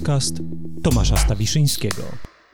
podcast Tomasza Stawiszyńskiego.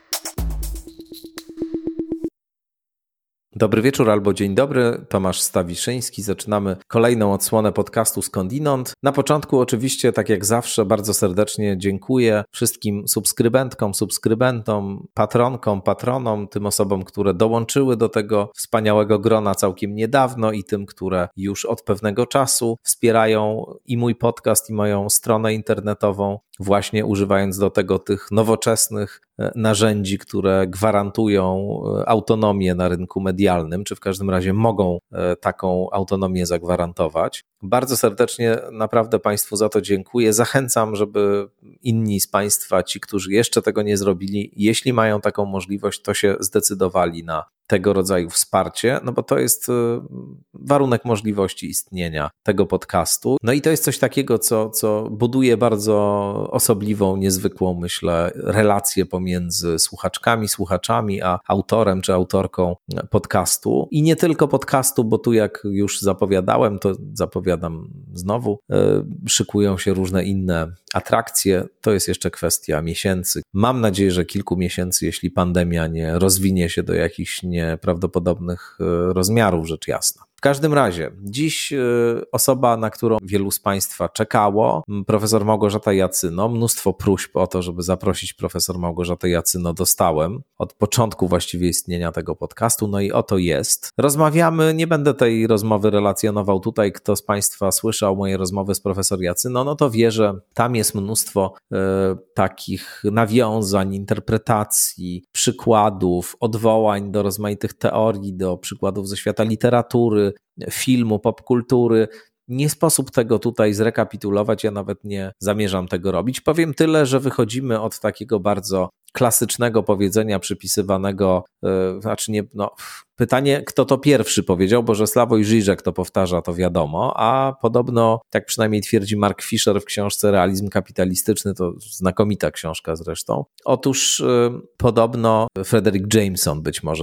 Dobry wieczór albo dzień dobry, Tomasz Stawiszyński. Zaczynamy kolejną odsłonę podcastu Skądinąd. Na początku oczywiście, tak jak zawsze, bardzo serdecznie dziękuję wszystkim subskrybentkom, subskrybentom, patronkom, patronom, tym osobom, które dołączyły do tego wspaniałego grona całkiem niedawno i tym, które już od pewnego czasu wspierają i mój podcast, i moją stronę internetową, właśnie używając do tego tych nowoczesnych narzędzi, które gwarantują autonomię na rynku medialnym, czy w każdym razie mogą taką autonomię zagwarantować. Bardzo serdecznie naprawdę Państwu za to dziękuję. Zachęcam, żeby inni z Państwa, ci, którzy jeszcze tego nie zrobili, jeśli mają taką możliwość, to się zdecydowali na tego rodzaju wsparcie, no bo to jest warunek możliwości istnienia tego podcastu. No i to jest coś takiego, co buduje bardzo osobliwą, niezwykłą, myślę, relację pomiędzy słuchaczami, a autorem czy autorką podcastu. I nie tylko podcastu, bo tu jak już zapowiadałem, to zapowiadam znowu, szykują się różne inne atrakcje. To jest jeszcze kwestia miesięcy. Mam nadzieję, że kilku miesięcy, jeśli pandemia nie rozwinie się do jakichś nieprawdopodobnych rozmiarów, rzecz jasna. W każdym razie, dziś osoba, na którą wielu z Państwa czekało, profesor Małgorzata Jacyno. Mnóstwo próśb o to, żeby zaprosić profesor Małgorzatę Jacyno dostałem od początku właściwie istnienia tego podcastu, no i oto jest. Rozmawiamy, nie będę tej rozmowy relacjonował tutaj, kto z Państwa słyszał moje rozmowy z profesor Jacyno, no to wie, że tam jest mnóstwo takich nawiązań, interpretacji, przykładów, odwołań do rozmaitych teorii, do przykładów ze świata literatury, filmu, popkultury. Nie sposób tego tutaj zrekapitulować, ja nawet nie zamierzam tego robić. Powiem tyle, że wychodzimy od takiego bardzo klasycznego powiedzenia przypisywanego, pytanie, kto to pierwszy powiedział, bo że Sławoj Žižek to powtarza, to wiadomo, a podobno, tak przynajmniej twierdzi Mark Fisher w książce Realizm kapitalistyczny, to znakomita książka zresztą. Otóż podobno Frederick Jameson być może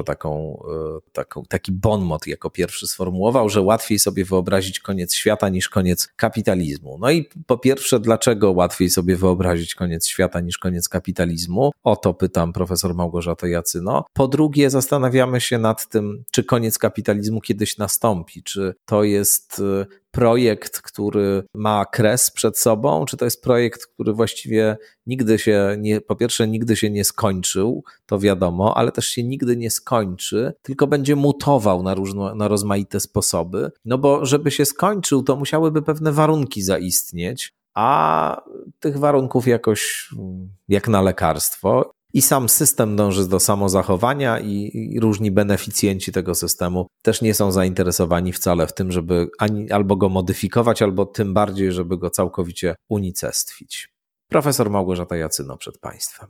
taki bon mot jako pierwszy sformułował, że łatwiej sobie wyobrazić koniec świata niż koniec kapitalizmu. No i po pierwsze, dlaczego łatwiej sobie wyobrazić koniec świata niż koniec kapitalizmu? O to pytam profesor Małgorzatę Jacyno. Po drugie, zastanawiamy się nad tym, czy koniec kapitalizmu kiedyś nastąpi, czy to jest projekt, który ma kres przed sobą, czy to jest projekt, który właściwie po pierwsze nigdy się nie skończył, to wiadomo, ale też się nigdy nie skończy, tylko będzie mutował na rozmaite sposoby, no bo żeby się skończył, to musiałyby pewne warunki zaistnieć, a tych warunków jakoś jak na lekarstwo. I sam system dąży do samozachowania i różni beneficjenci tego systemu też nie są zainteresowani wcale w tym, żeby albo go modyfikować, albo tym bardziej, żeby go całkowicie unicestwić. Profesor Małgorzata Jacyno przed Państwem.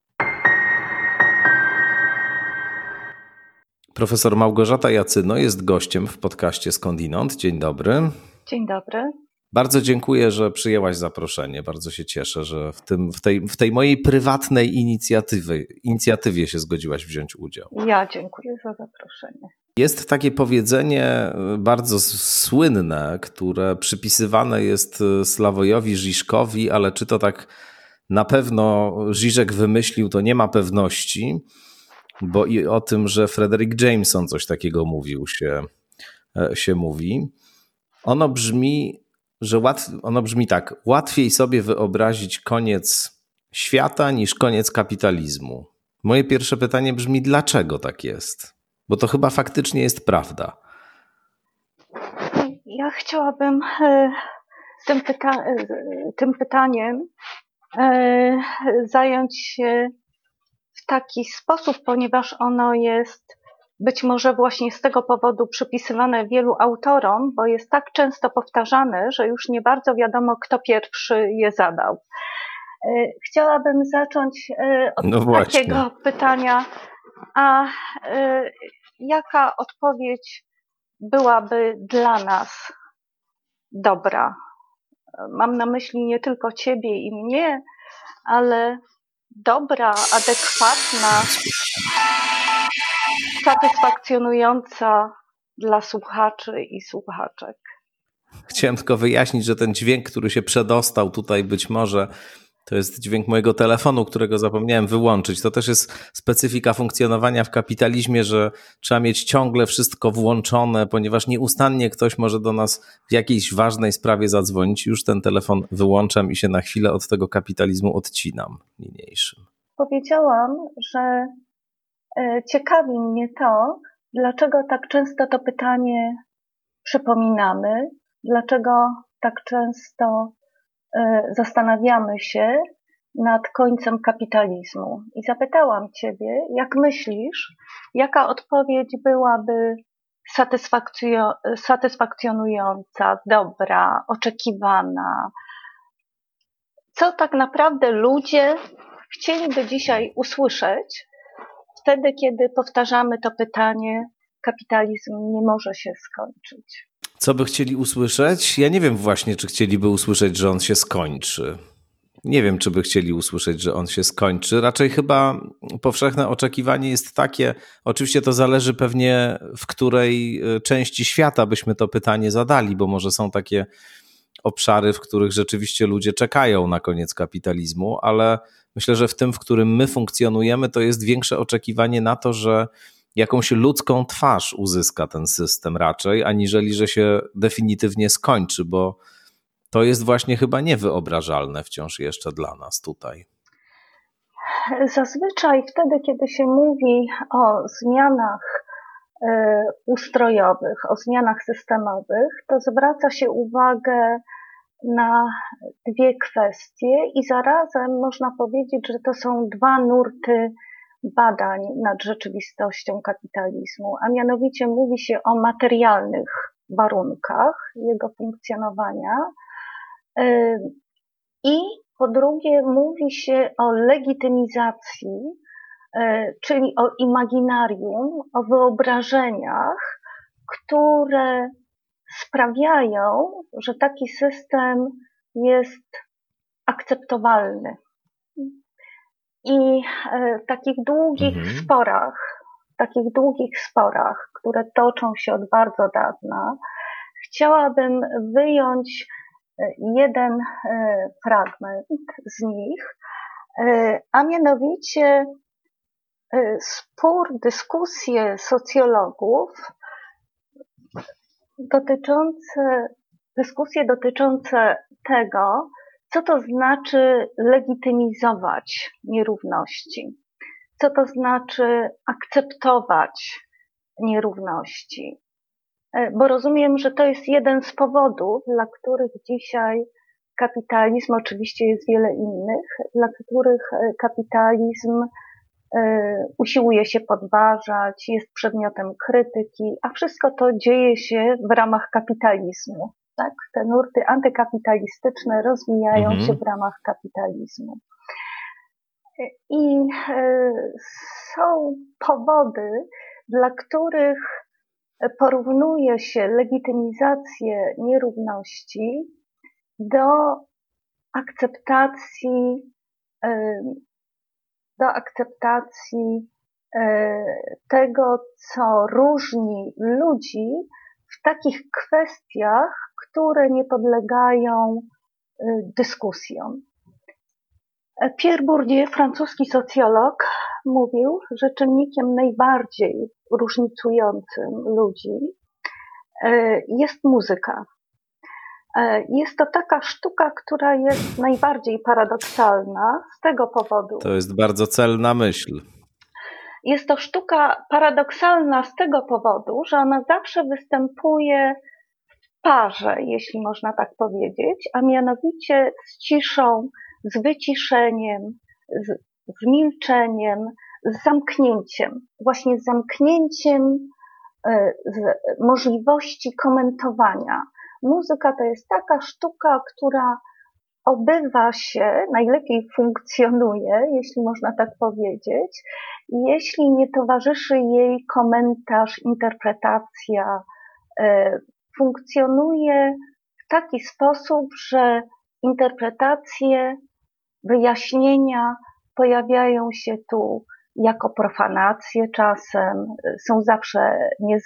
Profesor Małgorzata Jacyno jest gościem w podcaście Skądinąd. Dzień dobry. Dzień dobry. Bardzo dziękuję, że przyjęłaś zaproszenie. Bardzo się cieszę, że w tej mojej prywatnej inicjatywie się zgodziłaś wziąć udział. Ja dziękuję za zaproszenie. Jest takie powiedzenie bardzo słynne, które przypisywane jest Sławojowi Žižkowi, ale czy to tak na pewno Žižek wymyślił, to nie ma pewności, bo i o tym, że Frederick Jameson coś takiego mówił, się mówi. Ono brzmi tak: łatwiej sobie wyobrazić koniec świata niż koniec kapitalizmu. Moje pierwsze pytanie brzmi, dlaczego tak jest? Bo to chyba faktycznie jest prawda. Ja chciałabym tym pytaniem zająć się w taki sposób, ponieważ ono jest być może właśnie z tego powodu przypisywane wielu autorom, bo jest tak często powtarzane, że już nie bardzo wiadomo, kto pierwszy je zadał. Chciałabym zacząć od takiego pytania, a jaka odpowiedź byłaby dla nas dobra? Mam na myśli nie tylko Ciebie i mnie, ale dobra, adekwatna, satysfakcjonująca dla słuchaczy i słuchaczek. Chciałem tylko wyjaśnić, że ten dźwięk, który się przedostał tutaj być może To jest dźwięk mojego telefonu, którego zapomniałem wyłączyć. To też jest specyfika funkcjonowania w kapitalizmie, że trzeba mieć ciągle wszystko włączone, ponieważ nieustannie ktoś może do nas w jakiejś ważnej sprawie zadzwonić. Już ten telefon wyłączam i się na chwilę od tego kapitalizmu odcinam niniejszym. Powiedziałam, że ciekawi mnie to, dlaczego tak często to pytanie przypominamy, dlaczego tak często zastanawiamy się nad końcem kapitalizmu. I zapytałam Ciebie, jak myślisz, jaka odpowiedź byłaby satysfakcjonująca, dobra, oczekiwana? Co tak naprawdę ludzie chcieliby dzisiaj usłyszeć wtedy, kiedy powtarzamy to pytanie, kapitalizm nie może się skończyć? Co by chcieli usłyszeć? Ja nie wiem właśnie, czy chcieliby usłyszeć, że on się skończy. Nie wiem, czy by chcieli usłyszeć, że on się skończy. Raczej chyba powszechne oczekiwanie jest takie, oczywiście to zależy pewnie, w której części świata byśmy to pytanie zadali, bo może są takie obszary, w których rzeczywiście ludzie czekają na koniec kapitalizmu, ale myślę, że w tym, w którym my funkcjonujemy, to jest większe oczekiwanie na to, że jakąś ludzką twarz uzyska ten system raczej, aniżeli, że się definitywnie skończy, bo to jest właśnie chyba niewyobrażalne wciąż jeszcze dla nas tutaj. Zazwyczaj wtedy, kiedy się mówi o zmianach ustrojowych, o zmianach systemowych, to zwraca się uwagę na dwie kwestie i zarazem można powiedzieć, że to są dwa nurty badań nad rzeczywistością kapitalizmu, a mianowicie mówi się o materialnych warunkach jego funkcjonowania i po drugie mówi się o legitymizacji, czyli o imaginarium, o wyobrażeniach, które sprawiają, że taki system jest akceptowalny. I w takich długich sporach, które toczą się od bardzo dawna, chciałabym wyjąć jeden fragment z nich, a mianowicie dyskusje socjologów dotyczące tego, co to znaczy legitymizować nierówności, co to znaczy akceptować nierówności. Bo rozumiem, że to jest jeden z powodów, dla których dzisiaj kapitalizm, oczywiście jest wiele innych, dla których kapitalizm usiłuje się podważać, jest przedmiotem krytyki, a wszystko to dzieje się w ramach kapitalizmu. Tak? Te nurty antykapitalistyczne rozwijają się w ramach kapitalizmu. I są powody, dla których porównuje się legitymizację nierówności do akceptacji tego, co różni ludzi w takich kwestiach, które nie podlegają dyskusjom. Pierre Bourdieu, francuski socjolog, mówił, że czynnikiem najbardziej różnicującym ludzi jest muzyka. Jest to taka sztuka, która jest najbardziej paradoksalna z tego powodu. To jest bardzo celna myśl. Jest to sztuka paradoksalna z tego powodu, że ona zawsze występuje w parze, jeśli można tak powiedzieć, a mianowicie z ciszą, z wyciszeniem, z milczeniem, z zamknięciem. Właśnie z zamknięciem z możliwości komentowania. Muzyka to jest taka sztuka, która obywa się, najlepiej funkcjonuje, jeśli można tak powiedzieć, jeśli nie towarzyszy jej komentarz, interpretacja. Funkcjonuje w taki sposób, że interpretacje, wyjaśnienia pojawiają się tu jako profanacje czasem, są zawsze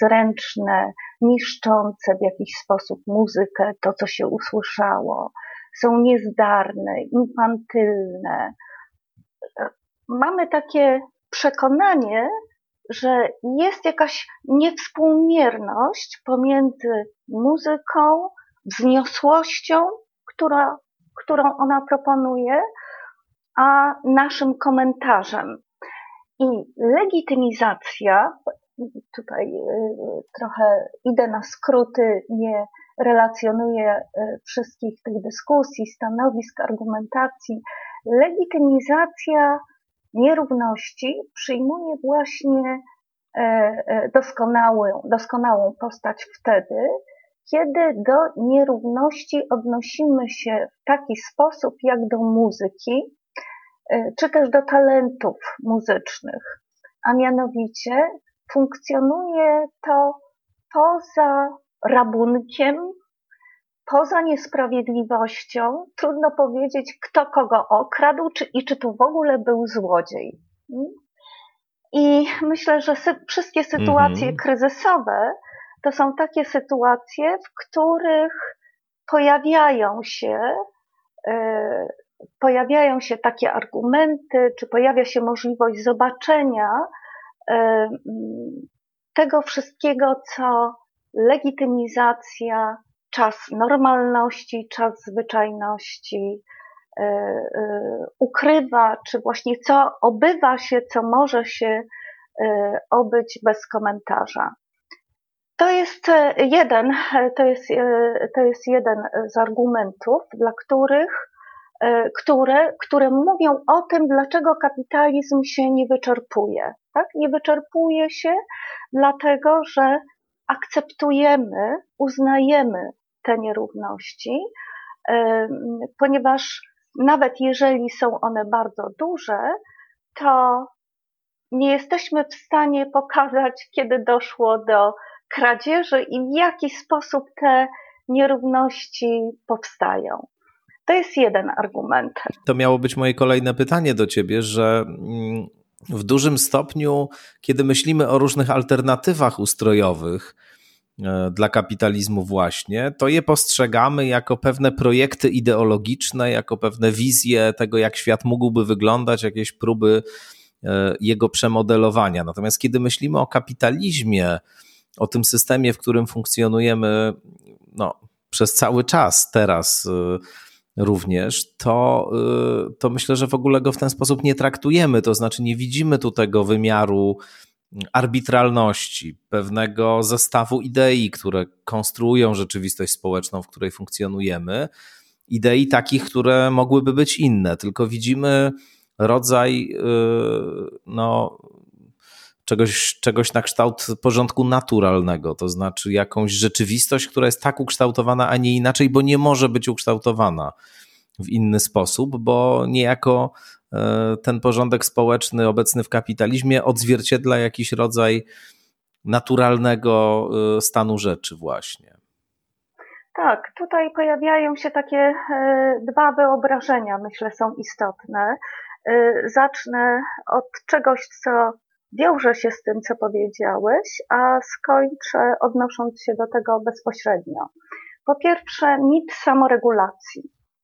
niezręczne, niszczące w jakiś sposób muzykę, to co się usłyszało. są niezdarne, infantylne. Mamy takie przekonanie, że jest jakaś niewspółmierność pomiędzy muzyką, wzniosłością, którą ona proponuje, a naszym komentarzem. I legitymizacja, tutaj trochę idę na skróty, nie relacjonuję wszystkich tych dyskusji, stanowisk, argumentacji. Legitymizacja nierówności przyjmuje właśnie doskonałą postać wtedy, kiedy do nierówności odnosimy się w taki sposób jak do muzyki, czy też do talentów muzycznych, a mianowicie funkcjonuje to poza rabunkiem, poza niesprawiedliwością. Trudno powiedzieć, kto kogo okradł, czy tu w ogóle był złodziej. I myślę, że wszystkie sytuacje kryzysowe to są takie sytuacje, w których pojawiają się takie argumenty, czy pojawia się możliwość zobaczenia tego wszystkiego, co legitymizacja, czas normalności, czas zwyczajności ukrywa, czy właśnie co obywa się, co może się obyć bez komentarza. To jest jeden z argumentów, które mówią o tym, dlaczego kapitalizm się nie wyczerpuje. Tak? Nie wyczerpuje się dlatego, że akceptujemy, uznajemy te nierówności, ponieważ nawet jeżeli są one bardzo duże, to nie jesteśmy w stanie pokazać, kiedy doszło do kradzieży i w jaki sposób te nierówności powstają. To jest jeden argument. To miało być moje kolejne pytanie do ciebie, że w dużym stopniu, kiedy myślimy o różnych alternatywach ustrojowych dla kapitalizmu właśnie, to je postrzegamy jako pewne projekty ideologiczne, jako pewne wizje tego, jak świat mógłby wyglądać, jakieś próby jego przemodelowania. Natomiast kiedy myślimy o kapitalizmie, o tym systemie, w którym funkcjonujemy przez cały czas teraz również, to myślę, że w ogóle go w ten sposób nie traktujemy, to znaczy nie widzimy tu tego wymiaru arbitralności, pewnego zestawu idei, które konstruują rzeczywistość społeczną, w której funkcjonujemy, idei takich, które mogłyby być inne, tylko widzimy rodzaj czegoś na kształt porządku naturalnego, to znaczy jakąś rzeczywistość, która jest tak ukształtowana, a nie inaczej, bo nie może być ukształtowana w inny sposób, bo niejako ten porządek społeczny obecny w kapitalizmie odzwierciedla jakiś rodzaj naturalnego stanu rzeczy właśnie. Tak, tutaj pojawiają się takie dwa wyobrażenia, myślę, są istotne. Zacznę od czegoś, co wiąże się z tym, co powiedziałeś, a skończę odnosząc się do tego bezpośrednio. Po pierwsze, mit samoregulacji.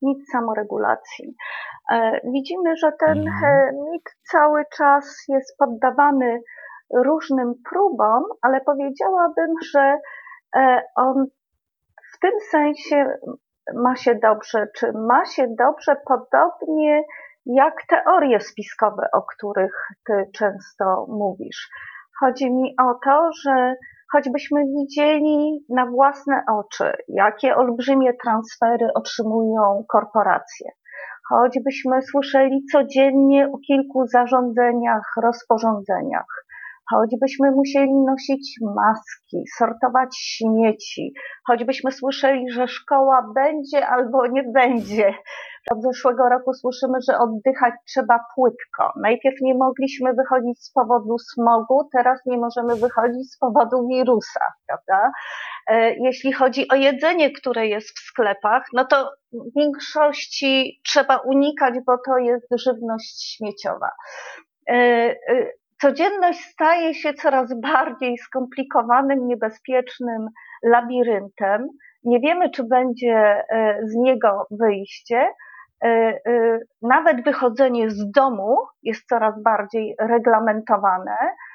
Widzimy, że ten mit cały czas jest poddawany różnym próbom, ale powiedziałabym, że on w tym sensie ma się dobrze podobnie jak teorie spiskowe, o których ty często mówisz. Chodzi mi o to, że choćbyśmy widzieli na własne oczy, jakie olbrzymie transfery otrzymują korporacje, choćbyśmy słyszeli codziennie o kilku zarządzeniach, rozporządzeniach, choćbyśmy musieli nosić maski, sortować śmieci, choćbyśmy słyszeli, że szkoła będzie albo nie będzie. Od zeszłego roku słyszymy, że oddychać trzeba płytko. Najpierw nie mogliśmy wychodzić z powodu smogu, teraz nie możemy wychodzić z powodu wirusa, prawda? Jeśli chodzi o jedzenie, które jest w sklepach, no to w większości trzeba unikać, bo to jest żywność śmieciowa. Codzienność staje się coraz bardziej skomplikowanym, niebezpiecznym labiryntem. Nie wiemy, czy będzie z niego wyjście. Nawet wychodzenie z domu jest coraz bardziej reglamentowane,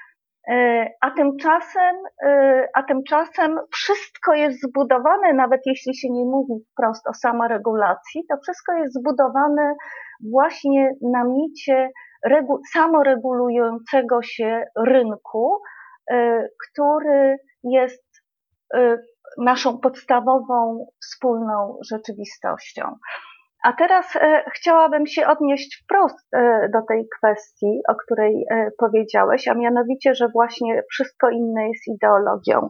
a tymczasem wszystko jest zbudowane, nawet jeśli się nie mówi wprost o samoregulacji, to wszystko jest zbudowane właśnie na micie samoregulującego się rynku, który jest naszą podstawową wspólną rzeczywistością. A teraz chciałabym się odnieść wprost do tej kwestii, o której powiedziałeś, a mianowicie, że właśnie wszystko inne jest ideologią.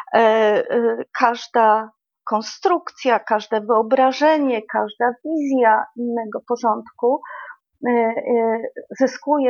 Każda konstrukcja, każde wyobrażenie, każda wizja innego porządku zyskuje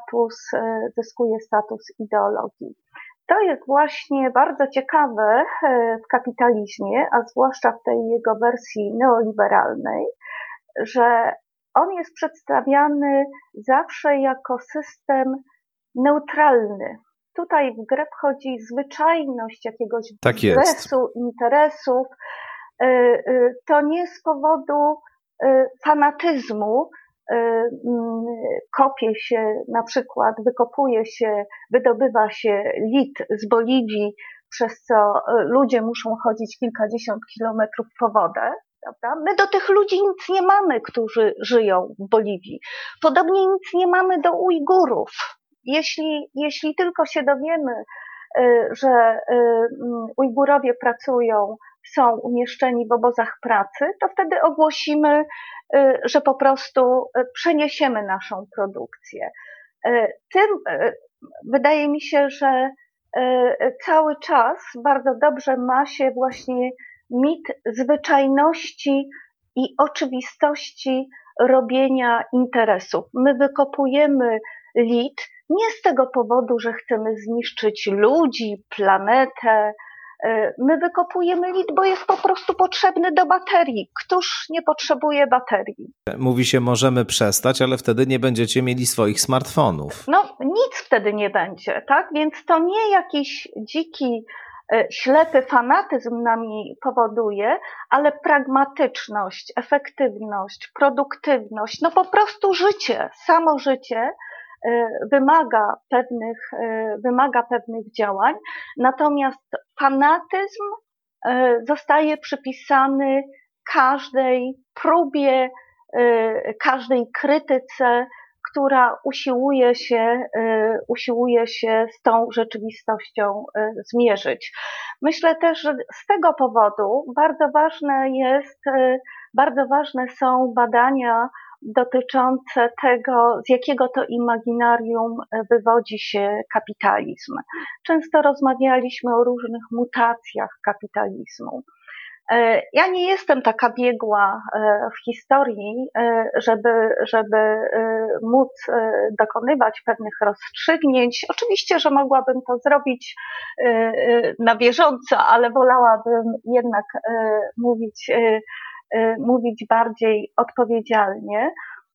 status ideologii. To jest właśnie bardzo ciekawe w kapitalizmie, a zwłaszcza w tej jego wersji neoliberalnej, że on jest przedstawiany zawsze jako system neutralny. Tutaj w grę wchodzi zwyczajność jakiegoś biznesu, interesów. To nie z powodu fanatyzmu wydobywa się lit z Boliwii, przez co ludzie muszą chodzić kilkadziesiąt kilometrów po wodę. Prawda? My do tych ludzi nic nie mamy, którzy żyją w Boliwii. Podobnie nic nie mamy do Ujgurów. Jeśli tylko się dowiemy, że Ujgurowie są umieszczeni w obozach pracy, to wtedy ogłosimy, że po prostu przeniesiemy naszą produkcję. Wydaje mi się, że cały czas bardzo dobrze ma się właśnie mit zwyczajności i oczywistości robienia interesów. My wykopujemy lit nie z tego powodu, że chcemy zniszczyć ludzi, planetę. My wykopujemy lit, bo jest po prostu potrzebny do baterii. Któż nie potrzebuje baterii? Mówi się, możemy przestać, ale wtedy nie będziecie mieli swoich smartfonów. No, nic wtedy nie będzie, tak? Więc to nie jakiś dziki, ślepy fanatyzm nami powoduje, ale pragmatyczność, efektywność, produktywność, no po prostu życie, samo życie wymaga pewnych działań, natomiast fanatyzm zostaje przypisany każdej próbie, każdej krytyce, która usiłuje się z tą rzeczywistością zmierzyć. Myślę też, że z tego powodu bardzo ważne są badania dotyczące tego, z jakiego to imaginarium wywodzi się kapitalizm. Często rozmawialiśmy o różnych mutacjach kapitalizmu. Ja nie jestem taka biegła w historii, żeby móc dokonywać pewnych rozstrzygnięć. Oczywiście, że mogłabym to zrobić na bieżąco, ale wolałabym jednak mówić bardziej odpowiedzialnie.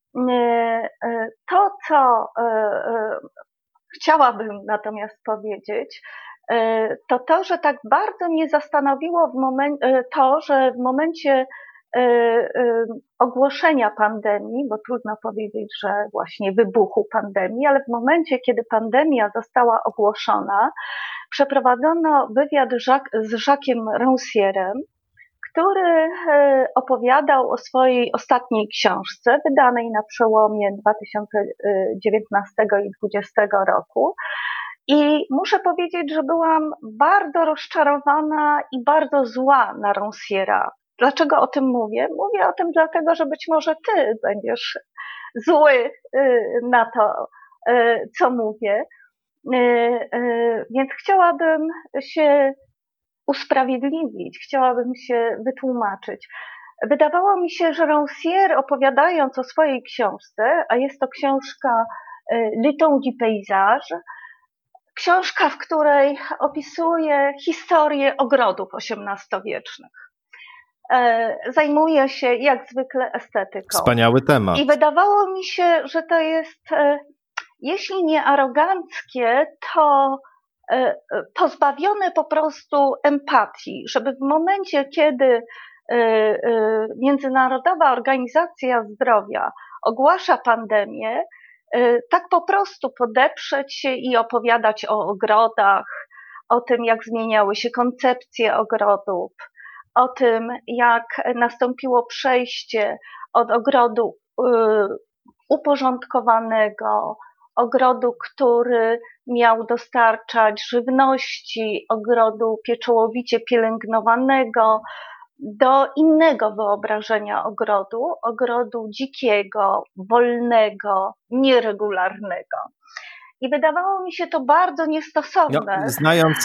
To, co chciałabym natomiast powiedzieć, to, że tak bardzo mnie zastanowiło że w momencie ogłoszenia pandemii, bo trudno powiedzieć, że właśnie wybuchu pandemii, ale w momencie, kiedy pandemia została ogłoszona, przeprowadzono wywiad z Jacques'em Rancière'em, który opowiadał o swojej ostatniej książce, wydanej na przełomie 2019 i 2020 roku. I muszę powiedzieć, że byłam bardzo rozczarowana i bardzo zła na Rancière'a. Dlaczego o tym mówię? Mówię o tym dlatego, że być może ty będziesz zły na to, co mówię. Więc chciałabym się usprawiedliwić, chciałabym się wytłumaczyć. Wydawało mi się, że Rancière, opowiadając o swojej książce, a jest to książka Le Temps du Paysage, książka, w której opisuje historię ogrodów XVIII-wiecznych. Zajmuje się jak zwykle estetyką. Wspaniały temat. I wydawało mi się, że to jest, jeśli nie aroganckie, to pozbawione po prostu empatii, żeby w momencie, kiedy Międzynarodowa Organizacja Zdrowia ogłasza pandemię, tak po prostu podeprzeć się i opowiadać o ogrodach, o tym, jak zmieniały się koncepcje ogrodów, o tym, jak nastąpiło przejście od ogrodu uporządkowanego, ogrodu, który miał dostarczać żywności, ogrodu pieczołowicie pielęgnowanego, do innego wyobrażenia ogrodu dzikiego, wolnego, nieregularnego. I wydawało mi się to bardzo niestosowne. No,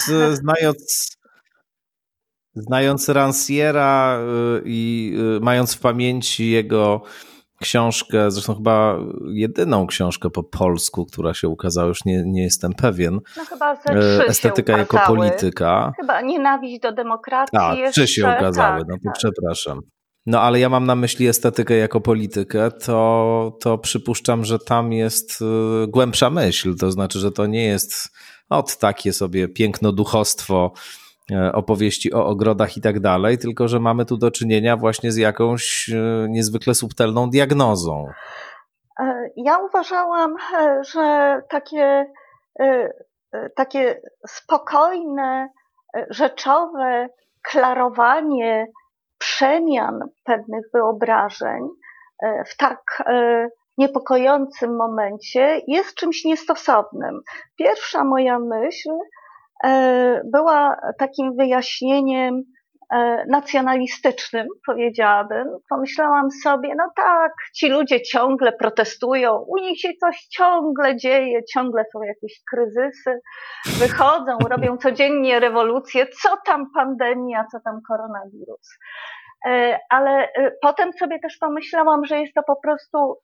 znając Rancièra i mając w pamięci jego książkę, zresztą chyba jedyną książkę po polsku, która się ukazała, już nie jestem pewien. No chyba ze 3 Estetyka się jako ukazały. polityka. Chyba Nienawiść do demokracji jeszcze. 3 się ukazały, tak, no to tak. przepraszam. No ale ja mam na myśli estetykę jako politykę, to przypuszczam, że tam jest głębsza myśl, to znaczy, że to nie jest takie sobie piękno-duchostwo opowieści o ogrodach i tak dalej, tylko że mamy tu do czynienia właśnie z jakąś niezwykle subtelną diagnozą. Ja uważałam, że takie spokojne, rzeczowe klarowanie przemian pewnych wyobrażeń w tak niepokojącym momencie jest czymś niestosownym. Pierwsza moja myśl była takim wyjaśnieniem nacjonalistycznym, powiedziałabym. Pomyślałam sobie, no tak, ci ludzie ciągle protestują, u nich się coś ciągle dzieje, ciągle są jakieś kryzysy, wychodzą, robią codziennie rewolucje, co tam pandemia, co tam koronawirus. Ale potem sobie też pomyślałam, że jest to po prostu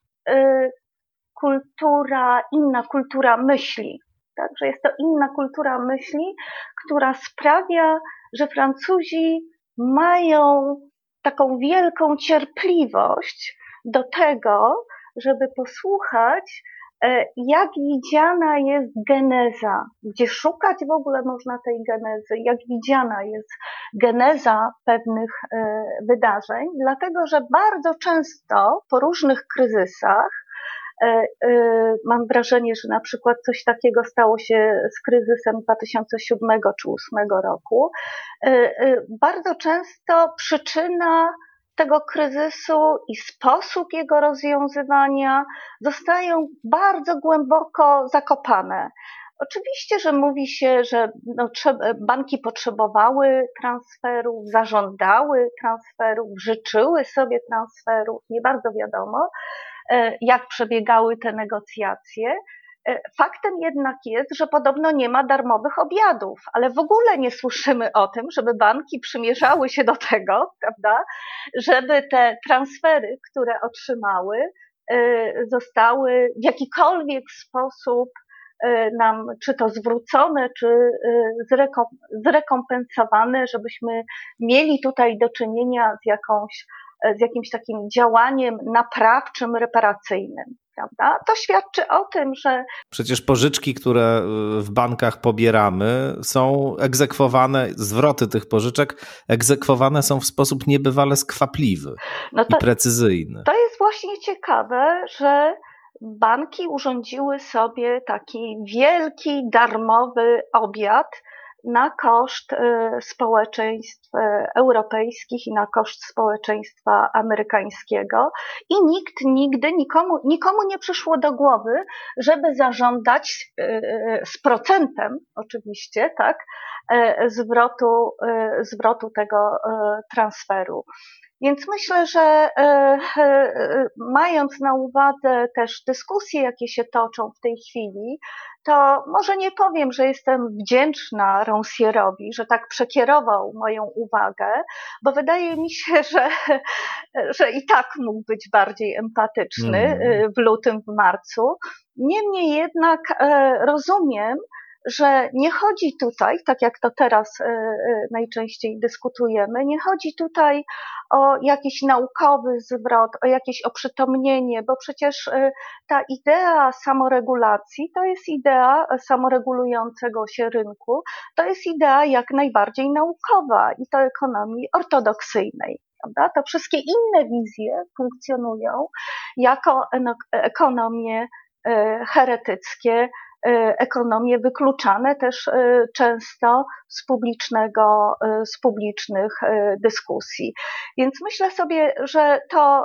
inna kultura myśli. Tak, że jest to inna kultura myśli, która sprawia, że Francuzi mają taką wielką cierpliwość do tego, żeby posłuchać, jak widziana jest geneza, gdzie szukać w ogóle można tej genezy, jak widziana jest geneza pewnych wydarzeń, dlatego że bardzo często po różnych kryzysach mam wrażenie, że na przykład coś takiego stało się z kryzysem 2007 czy 2008 roku. Bardzo często przyczyna tego kryzysu i sposób jego rozwiązywania zostają bardzo głęboko zakopane. Oczywiście, że mówi się, że banki potrzebowały transferów, zażądały transferów, życzyły sobie transferów, nie bardzo wiadomo, jak przebiegały te negocjacje. Faktem jednak jest, że podobno nie ma darmowych obiadów, ale w ogóle nie słyszymy o tym, żeby banki przymierzały się do tego, prawda, żeby te transfery, które otrzymały, zostały w jakikolwiek sposób nam czy to zwrócone, czy zrekompensowane, żebyśmy mieli tutaj do czynienia z jakimś takim działaniem naprawczym, reparacyjnym. Prawda? To świadczy o tym, że... Przecież pożyczki, które w bankach pobieramy, są egzekwowane, zwroty tych pożyczek egzekwowane są w sposób niebywale skwapliwy i precyzyjny. To jest właśnie ciekawe, że banki urządziły sobie taki wielki, darmowy obiad na koszt społeczeństw europejskich i na koszt społeczeństwa amerykańskiego i nikt nigdy, nikomu nie przyszło do głowy, żeby zażądać z procentem oczywiście, tak, zwrotu tego transferu. Więc myślę, że mając na uwadze też dyskusje, jakie się toczą w tej chwili, to może nie powiem, że jestem wdzięczna Rancièrowi, że tak przekierował moją uwagę, bo wydaje mi się, że i tak mógł być bardziej empatyczny w lutym, w marcu. Niemniej jednak rozumiem, że nie chodzi tutaj, tak jak to teraz najczęściej dyskutujemy, nie chodzi tutaj o jakiś naukowy zwrot, o jakieś oprzytomnienie, bo przecież ta idea samoregulacji to jest idea samoregulującego się rynku, to jest idea jak najbardziej naukowa i to ekonomii ortodoksyjnej. Prawda? To wszystkie inne wizje funkcjonują jako ekonomie heretyckie, ekonomie wykluczane też często z publicznych dyskusji. Więc myślę sobie, że to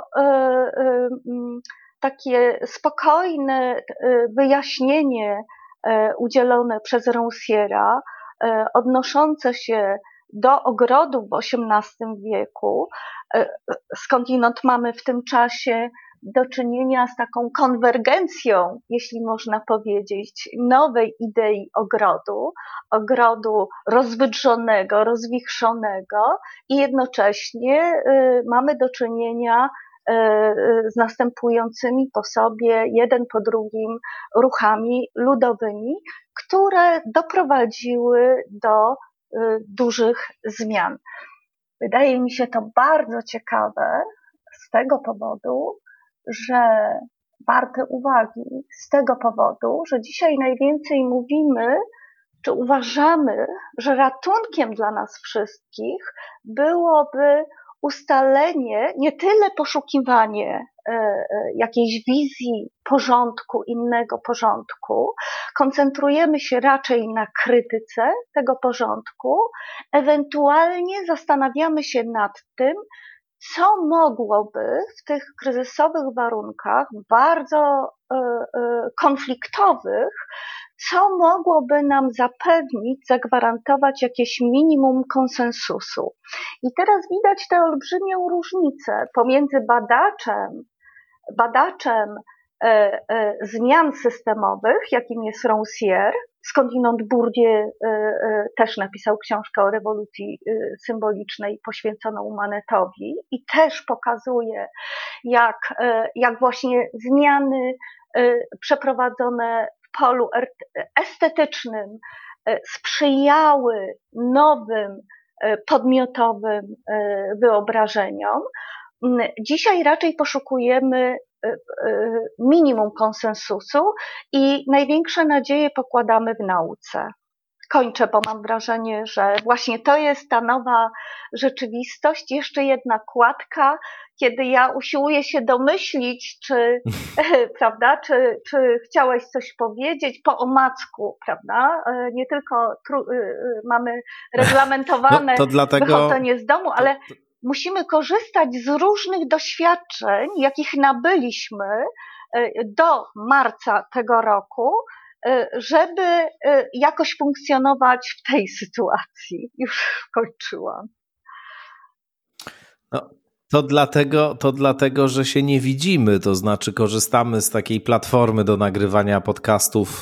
takie spokojne wyjaśnienie udzielone przez Rancière'a, odnoszące się do ogrodów w XVIII wieku, skądinąd mamy w tym czasie do czynienia z taką konwergencją, jeśli można powiedzieć, nowej idei ogrodu rozwydrzonego, rozwichrzonego i jednocześnie mamy do czynienia z następującymi po sobie jeden po drugim ruchami ludowymi, które doprowadziły do dużych zmian. Wydaje mi się to bardzo ciekawe z tego powodu, że warte uwagi z tego powodu, że dzisiaj najwięcej mówimy, czy uważamy, że ratunkiem dla nas wszystkich byłoby ustalenie, nie tyle poszukiwanie jakiejś wizji porządku, innego porządku, koncentrujemy się raczej na krytyce tego porządku, ewentualnie zastanawiamy się nad tym, co mogłoby w tych kryzysowych warunkach, bardzo konfliktowych, co mogłoby nam zapewnić, zagwarantować jakieś minimum konsensusu. I teraz widać tę olbrzymią różnicę pomiędzy badaczem zmian systemowych, jakim jest Rancière, skądinąd Bourdieu też napisał książkę o rewolucji symbolicznej poświęconą Manetowi i też pokazuje, jak właśnie zmiany przeprowadzone w polu estetycznym sprzyjały nowym podmiotowym wyobrażeniom. Dzisiaj raczej poszukujemy minimum konsensusu i największe nadzieje pokładamy w nauce. Kończę, bo mam wrażenie, że właśnie to jest ta nowa rzeczywistość. Jeszcze jedna kładka, kiedy ja usiłuję się domyślić, prawda, czy chciałeś coś powiedzieć po omacku, prawda? Nie tylko mamy reglamentowane wychodzenie z domu, ale musimy korzystać z różnych doświadczeń, jakich nabyliśmy do marca tego roku, żeby jakoś funkcjonować w tej sytuacji. Już kończyłam. No, to dlatego, że się nie widzimy, to znaczy korzystamy z takiej platformy do nagrywania podcastów,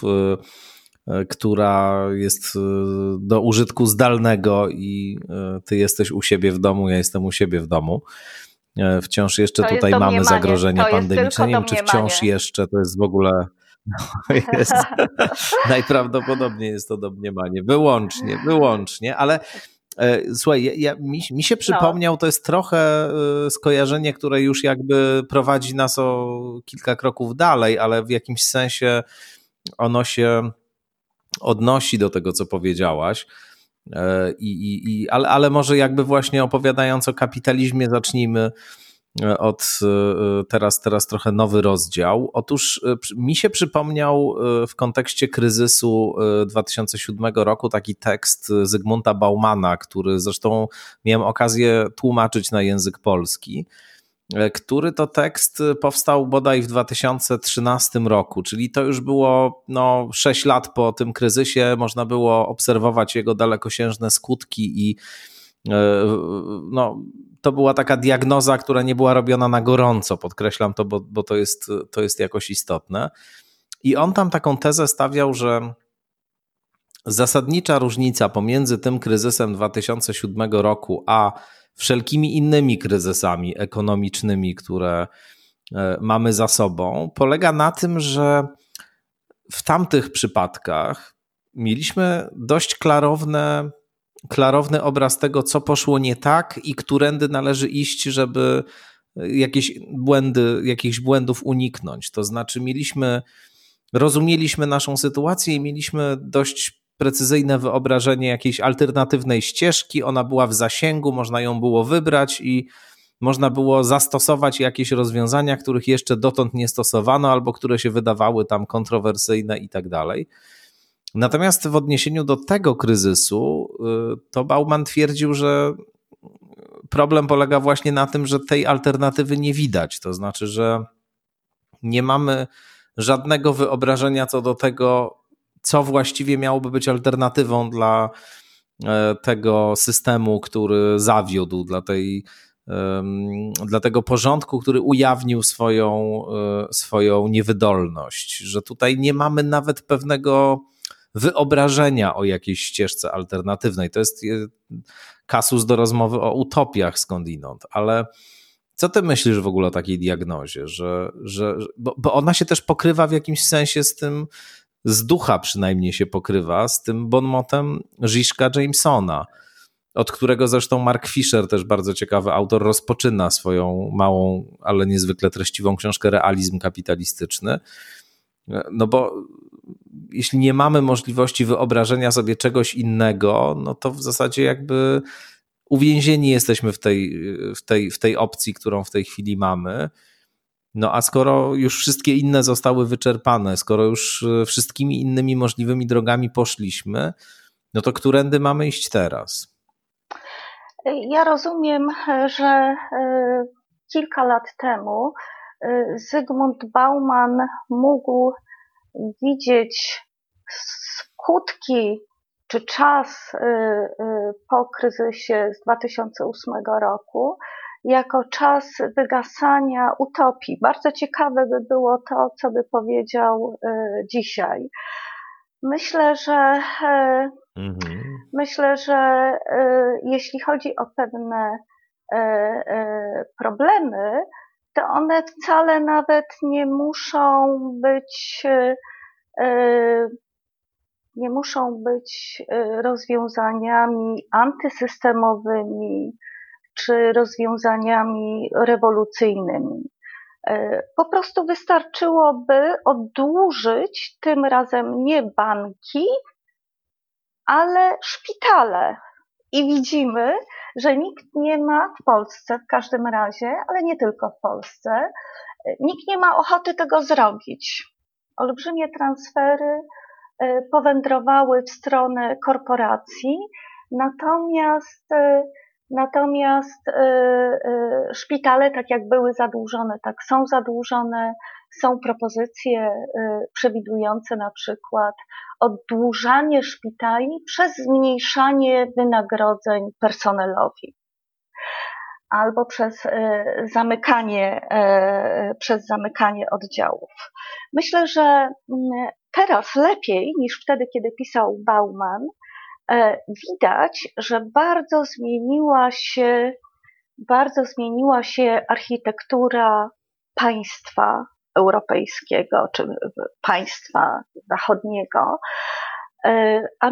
która jest do użytku zdalnego i ty jesteś u siebie w domu, ja jestem u siebie w domu. Wciąż jeszcze tutaj mamy zagrożenie pandemiczne. Nie wiem, czy wciąż jeszcze to jest w ogóle... No, najprawdopodobniej jest to domniemanie. Wyłącznie, ale słuchaj, mi się przypomniał, to jest trochę skojarzenie, które już jakby prowadzi nas o kilka kroków dalej, ale w jakimś sensie ono się odnosi do tego, co powiedziałaś. Ale może jakby właśnie opowiadając o kapitalizmie zacznijmy od teraz trochę nowy rozdział. Otóż mi się przypomniał w kontekście kryzysu 2007 roku taki tekst Zygmunta Baumana, który zresztą miałem okazję tłumaczyć na język polski, który to tekst powstał bodaj w 2013 roku, czyli to już było 6 lat po tym kryzysie, można było obserwować jego dalekosiężne skutki i to była taka diagnoza, która nie była robiona na gorąco, podkreślam to, bo to jest jakoś istotne. I on tam taką tezę stawiał, że zasadnicza różnica pomiędzy tym kryzysem 2007 roku, a wszelkimi innymi kryzysami ekonomicznymi, które mamy za sobą, polega na tym, że w tamtych przypadkach mieliśmy dość klarowny obraz tego, co poszło nie tak i którędy należy iść, żeby jakichś błędów uniknąć. To znaczy rozumieliśmy naszą sytuację i mieliśmy dość precyzyjne wyobrażenie jakiejś alternatywnej ścieżki. Ona była w zasięgu, można ją było wybrać i można było zastosować jakieś rozwiązania, których jeszcze dotąd nie stosowano albo które się wydawały tam kontrowersyjne i tak dalej. Natomiast w odniesieniu do tego kryzysu, to Bauman twierdził, że problem polega właśnie na tym, że tej alternatywy nie widać. To znaczy, że nie mamy żadnego wyobrażenia co do tego, co właściwie miałoby być alternatywą dla tego systemu, który zawiódł, dla tego porządku, który ujawnił swoją niewydolność. Że tutaj nie mamy nawet pewnego wyobrażenia o jakiejś ścieżce alternatywnej. To jest kasus do rozmowy o utopiach skądinąd, ale co ty myślisz w ogóle o takiej diagnozie, bo ona się też pokrywa w jakimś sensie z ducha przynajmniej się pokrywa, z tym bon motem Zizka Jamesona, od którego zresztą Mark Fisher, też bardzo ciekawy autor, rozpoczyna swoją małą, ale niezwykle treściwą książkę Realizm kapitalistyczny. No bo jeśli nie mamy możliwości wyobrażenia sobie czegoś innego, no to w zasadzie jakby uwięzieni jesteśmy w tej opcji, którą w tej chwili mamy. No a skoro już wszystkie inne zostały wyczerpane, skoro już wszystkimi innymi możliwymi drogami poszliśmy, no to którędy mamy iść teraz? Ja rozumiem, że kilka lat temu Zygmunt Bauman mógł widzieć skutki czy czas po kryzysie z 2008 roku jako czas wygasania utopii. Bardzo ciekawe by było to, co by powiedział dzisiaj. Myślę, że jeśli chodzi o pewne problemy, to one wcale nawet nie muszą być rozwiązaniami antysystemowymi czy rozwiązaniami rewolucyjnymi. Po prostu wystarczyłoby oddłużyć tym razem nie banki, ale szpitale. I widzimy, że nikt nie ma w Polsce w każdym razie, ale nie tylko w Polsce, nikt nie ma ochoty tego zrobić. Olbrzymie transfery powędrowały w stronę korporacji, natomiast szpitale, tak jak były zadłużone, tak są zadłużone. Są propozycje przewidujące na przykład oddłużanie szpitali przez zmniejszanie wynagrodzeń personelowi albo przez zamykanie oddziałów. Myślę, że teraz lepiej niż wtedy, kiedy pisał Bauman, widać, że bardzo zmieniła się architektura państwa europejskiego czy państwa zachodniego, a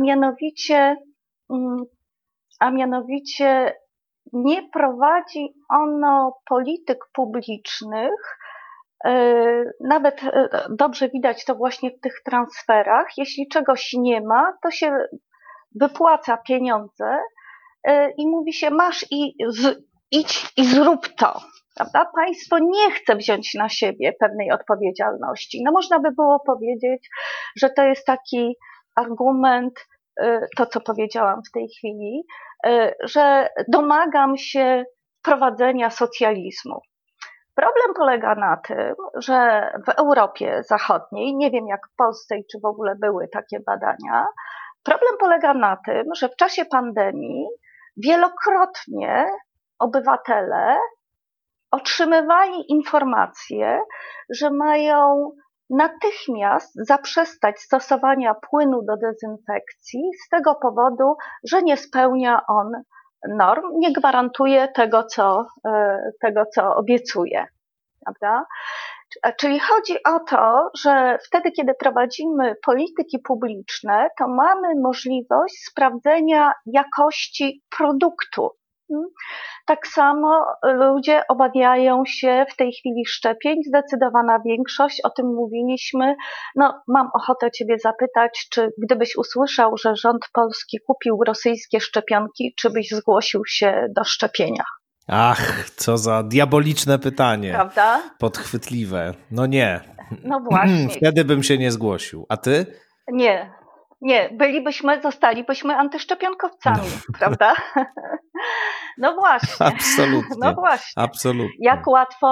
mianowicie nie prowadzi ono polityk publicznych. Nawet dobrze widać to właśnie w tych transferach. Jeśli czegoś nie ma, to się wypłaca pieniądze i mówi się masz idź i zrób to. Prawda? Państwo nie chce wziąć na siebie pewnej odpowiedzialności. No można by było powiedzieć, że to jest taki argument, to co powiedziałam w tej chwili, że domagam się wprowadzenia socjalizmu. Problem polega na tym, że w Europie Zachodniej, nie wiem jak w Polsce i czy w ogóle były takie badania, problem polega na tym, że w czasie pandemii wielokrotnie obywatele otrzymywali informacje, że mają natychmiast zaprzestać stosowania płynu do dezynfekcji z tego powodu, że nie spełnia on norm, nie gwarantuje tego, co obiecuje. Prawda? Czyli chodzi o to, że wtedy, kiedy prowadzimy polityki publiczne, to mamy możliwość sprawdzenia jakości produktu. Tak samo ludzie obawiają się w tej chwili szczepień, zdecydowana większość, o tym mówiliśmy. No, mam ochotę Ciebie zapytać, czy gdybyś usłyszał, że rząd polski kupił rosyjskie szczepionki, czy byś zgłosił się do szczepienia? Ach, co za diaboliczne pytanie. Prawda? Podchwytliwe. No nie. No właśnie. Wtedy bym się nie zgłosił. A ty? Nie, zostalibyśmy antyszczepionkowcami, prawda? No właśnie. Absolutnie. No właśnie. Absolutnie. Jak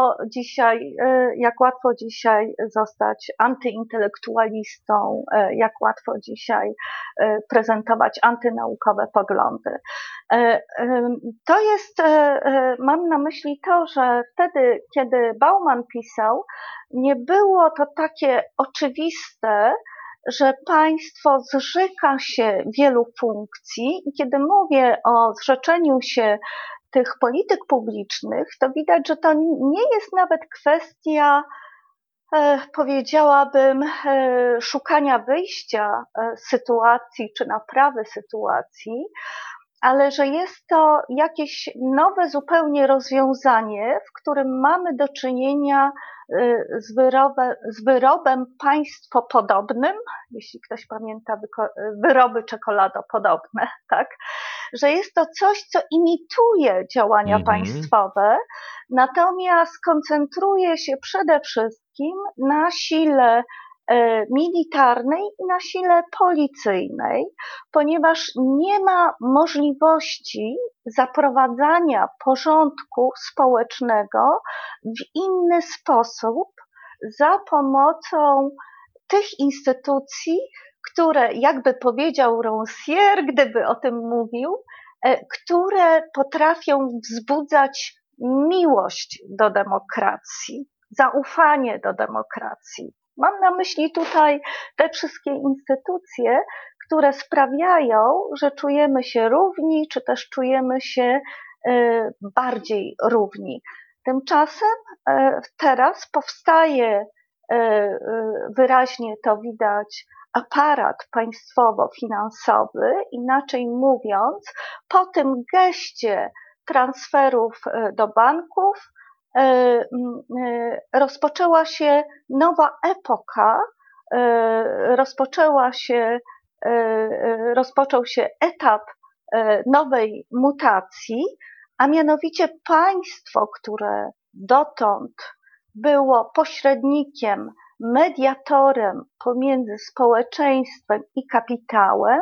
łatwo dzisiaj zostać antyintelektualistą, jak łatwo dzisiaj prezentować antynaukowe poglądy. To jest, mam na myśli to, że wtedy, kiedy Bauman pisał, nie było to takie oczywiste, że państwo zrzeka się wielu funkcji i kiedy mówię o zrzeczeniu się tych polityk publicznych, to widać, że to nie jest nawet kwestia, powiedziałabym, szukania wyjścia z sytuacji czy naprawy sytuacji, ale że jest to jakieś nowe zupełnie rozwiązanie, w którym mamy do czynienia z wyrobem państwopodobnym, jeśli ktoś pamięta wyroby czekoladopodobne, tak? Że jest to coś, co imituje działania państwowe, natomiast koncentruje się przede wszystkim na sile militarnej i na sile policyjnej, ponieważ nie ma możliwości zaprowadzania porządku społecznego w inny sposób za pomocą tych instytucji, które, jakby powiedział Rancière, gdyby o tym mówił, które potrafią wzbudzać miłość do demokracji, zaufanie do demokracji. Mam na myśli tutaj te wszystkie instytucje, które sprawiają, że czujemy się równi, czy też czujemy się bardziej równi. Tymczasem teraz powstaje, wyraźnie to widać, aparat państwowo-finansowy, inaczej mówiąc, po tym geście transferów do banków rozpoczęła się nowa epoka, rozpoczął się etap nowej mutacji, a mianowicie państwo, które dotąd było pośrednikiem, mediatorem pomiędzy społeczeństwem i kapitałem,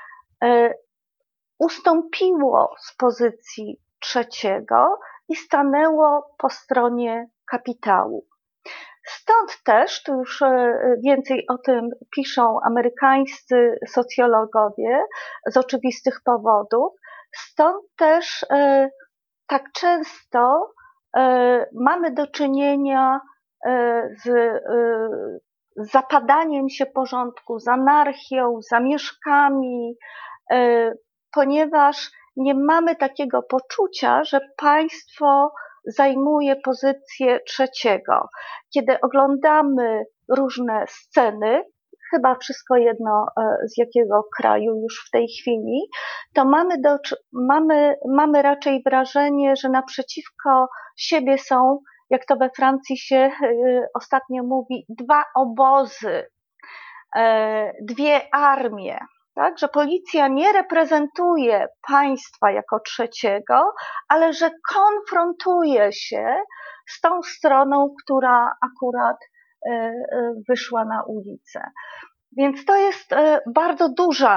ustąpiło z pozycji trzeciego i stanęło po stronie kapitału. Stąd też, tu już więcej o tym piszą amerykańscy socjologowie z oczywistych powodów, stąd też tak często mamy do czynienia z zapadaniem się porządku, z anarchią, zamieszkami, ponieważ nie mamy takiego poczucia, że państwo zajmuje pozycję trzeciego. Kiedy oglądamy różne sceny, chyba wszystko jedno z jakiego kraju już w tej chwili, to mamy raczej wrażenie, że naprzeciwko siebie są, jak to we Francji się ostatnio mówi, dwa obozy, dwie armie. Tak, że policja nie reprezentuje państwa jako trzeciego, ale że konfrontuje się z tą stroną, która akurat wyszła na ulicę. Więc to jest bardzo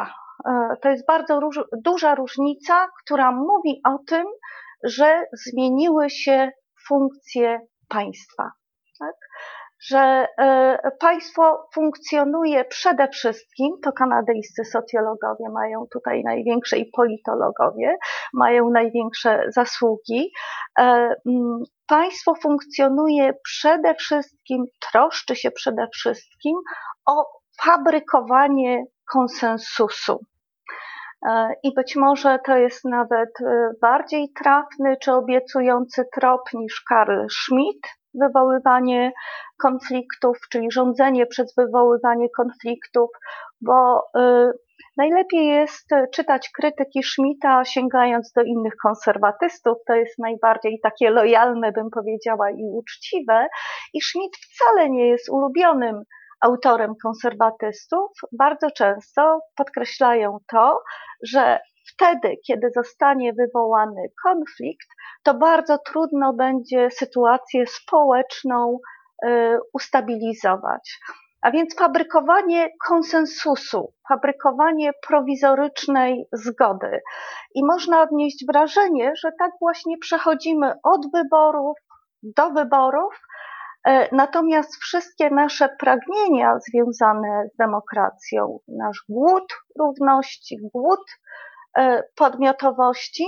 duża różnica, która mówi o tym, że zmieniły się funkcje państwa. Tak? Że państwo funkcjonuje przede wszystkim, to kanadyjscy socjologowie mają tutaj największe i politologowie mają największe zasługi. Państwo funkcjonuje przede wszystkim, troszczy się przede wszystkim o fabrykowanie konsensusu. I być może to jest nawet bardziej trafny czy obiecujący trop niż Carl Schmitt, wywoływanie konfliktów, czyli rządzenie przez wywoływanie konfliktów, bo najlepiej jest czytać krytyki Schmitta, sięgając do innych konserwatystów. To jest najbardziej takie lojalne, bym powiedziała, i uczciwe. I Schmitt wcale nie jest ulubionym autorem konserwatystów. Bardzo często podkreślają to, że wtedy, kiedy zostanie wywołany konflikt, to bardzo trudno będzie sytuację społeczną ustabilizować. A więc fabrykowanie konsensusu, fabrykowanie prowizorycznej zgody. I można odnieść wrażenie, że tak właśnie przechodzimy od wyborów do wyborów, natomiast wszystkie nasze pragnienia związane z demokracją, nasz głód równości, głód podmiotowości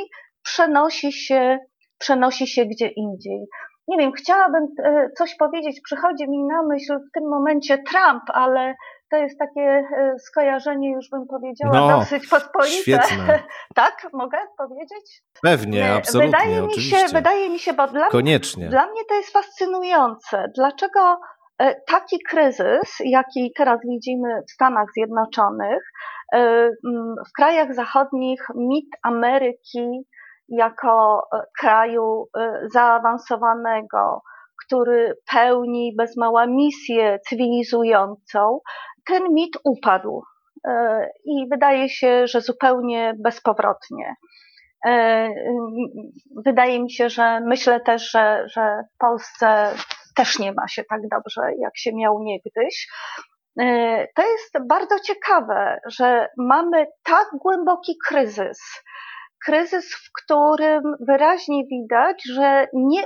przenosi się gdzie indziej. Nie wiem, chciałabym coś powiedzieć, przychodzi mi na myśl w tym momencie Trump, ale to jest takie skojarzenie, już bym powiedziała, dosyć pospolite. Świetne. Tak, mogę powiedzieć? Pewnie, absolutnie, oczywiście. Wydaje mi się, bo Koniecznie. Dla mnie to jest fascynujące. Dlaczego taki kryzys, jaki teraz widzimy w Stanach Zjednoczonych, w krajach zachodnich, mit Ameryki jako kraju zaawansowanego, który pełni bez mała misję cywilizującą, ten mit upadł i wydaje się, że zupełnie bezpowrotnie. Wydaje mi się, że myślę też, że w Polsce też nie ma się tak dobrze, jak się miał niegdyś. To jest bardzo ciekawe, że mamy tak głęboki kryzys, w którym wyraźnie widać, że nie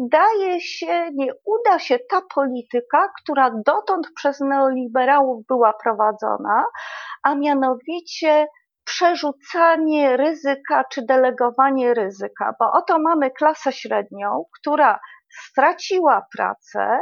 uda się ta polityka, która dotąd przez neoliberałów była prowadzona, a mianowicie przerzucanie ryzyka czy delegowanie ryzyka, bo oto mamy klasę średnią, która straciła pracę,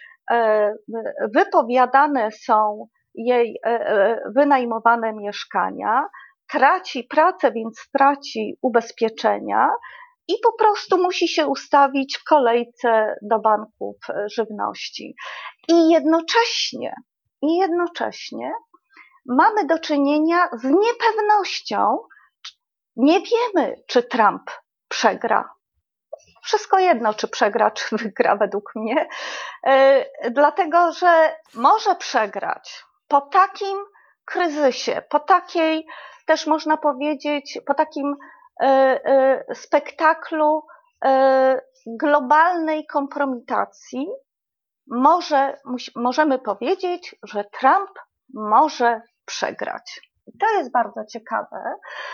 wypowiadane są jej wynajmowane mieszkania, traci pracę, więc traci ubezpieczenia i po prostu musi się ustawić w kolejce do banków żywności. I jednocześnie mamy do czynienia z niepewnością. Nie wiemy, czy Trump przegra. Wszystko jedno, czy przegra, czy wygra według mnie, dlatego że może przegrać po takim kryzysie, po takiej, też można powiedzieć, po takim spektaklu globalnej kompromitacji. Możemy powiedzieć, że Trump może przegrać. I to jest bardzo ciekawe.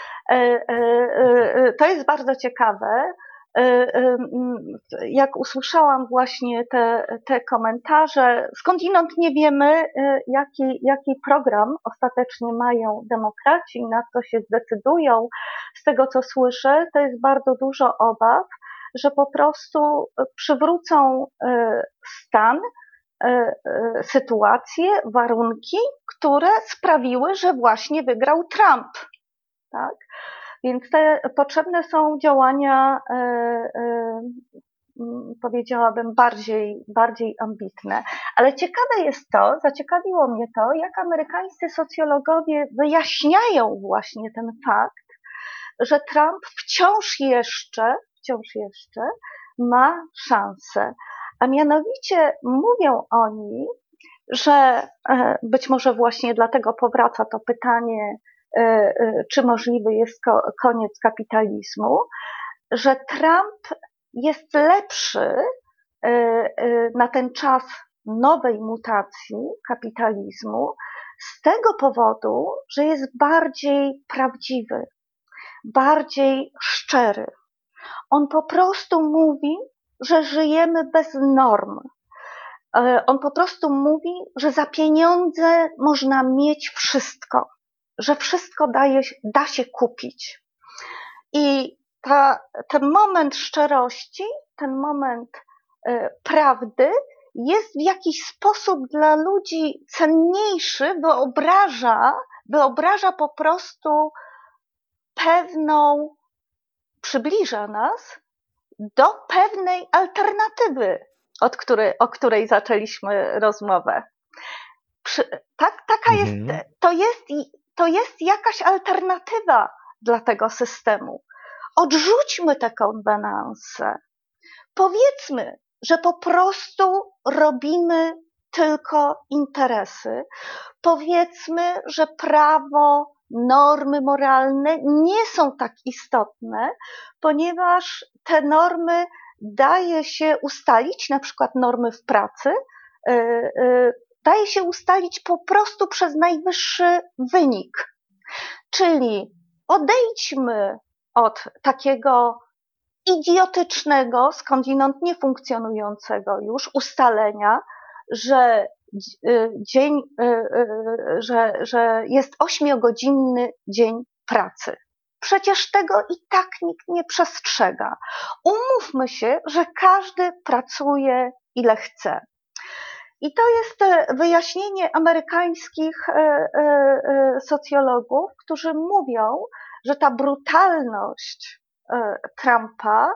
Jak usłyszałam właśnie te komentarze, skądinąd nie wiemy, jaki program ostatecznie mają demokraci, na co się zdecydują. Z tego, co słyszę, to jest bardzo dużo obaw, że po prostu przywrócą stan, sytuacje, warunki, które sprawiły, że właśnie wygrał Trump. Tak? Więc potrzebne są działania, powiedziałabym, bardziej ambitne. Ale zaciekawiło mnie to, jak amerykańscy socjologowie wyjaśniają właśnie ten fakt, że Trump wciąż jeszcze ma szansę. A mianowicie mówią oni, że być może właśnie dlatego powraca to pytanie, czy możliwy jest koniec kapitalizmu, że Trump jest lepszy na ten czas nowej mutacji kapitalizmu z tego powodu, że jest bardziej prawdziwy, bardziej szczery. On po prostu mówi, że żyjemy bez norm. On po prostu mówi, że za pieniądze można mieć wszystko, że wszystko da się kupić. I ten moment szczerości, ten moment prawdy jest w jakiś sposób dla ludzi cenniejszy, wyobraża po prostu przybliża nas do pewnej alternatywy, o której zaczęliśmy rozmowę. To jest jakaś alternatywa dla tego systemu. Odrzućmy te konwenanse. Powiedzmy, że po prostu robimy tylko interesy. Powiedzmy, że prawo, normy moralne nie są tak istotne, ponieważ te normy daje się ustalić, na przykład normy w pracy, daje się ustalić po prostu przez najwyższy wynik. Czyli odejdźmy od takiego idiotycznego, skądinąd niefunkcjonującego już ustalenia, że że jest 8-godzinny dzień pracy. Przecież tego i tak nikt nie przestrzega. Umówmy się, że każdy pracuje ile chce. I to jest wyjaśnienie amerykańskich socjologów, którzy mówią, że ta brutalność Trumpa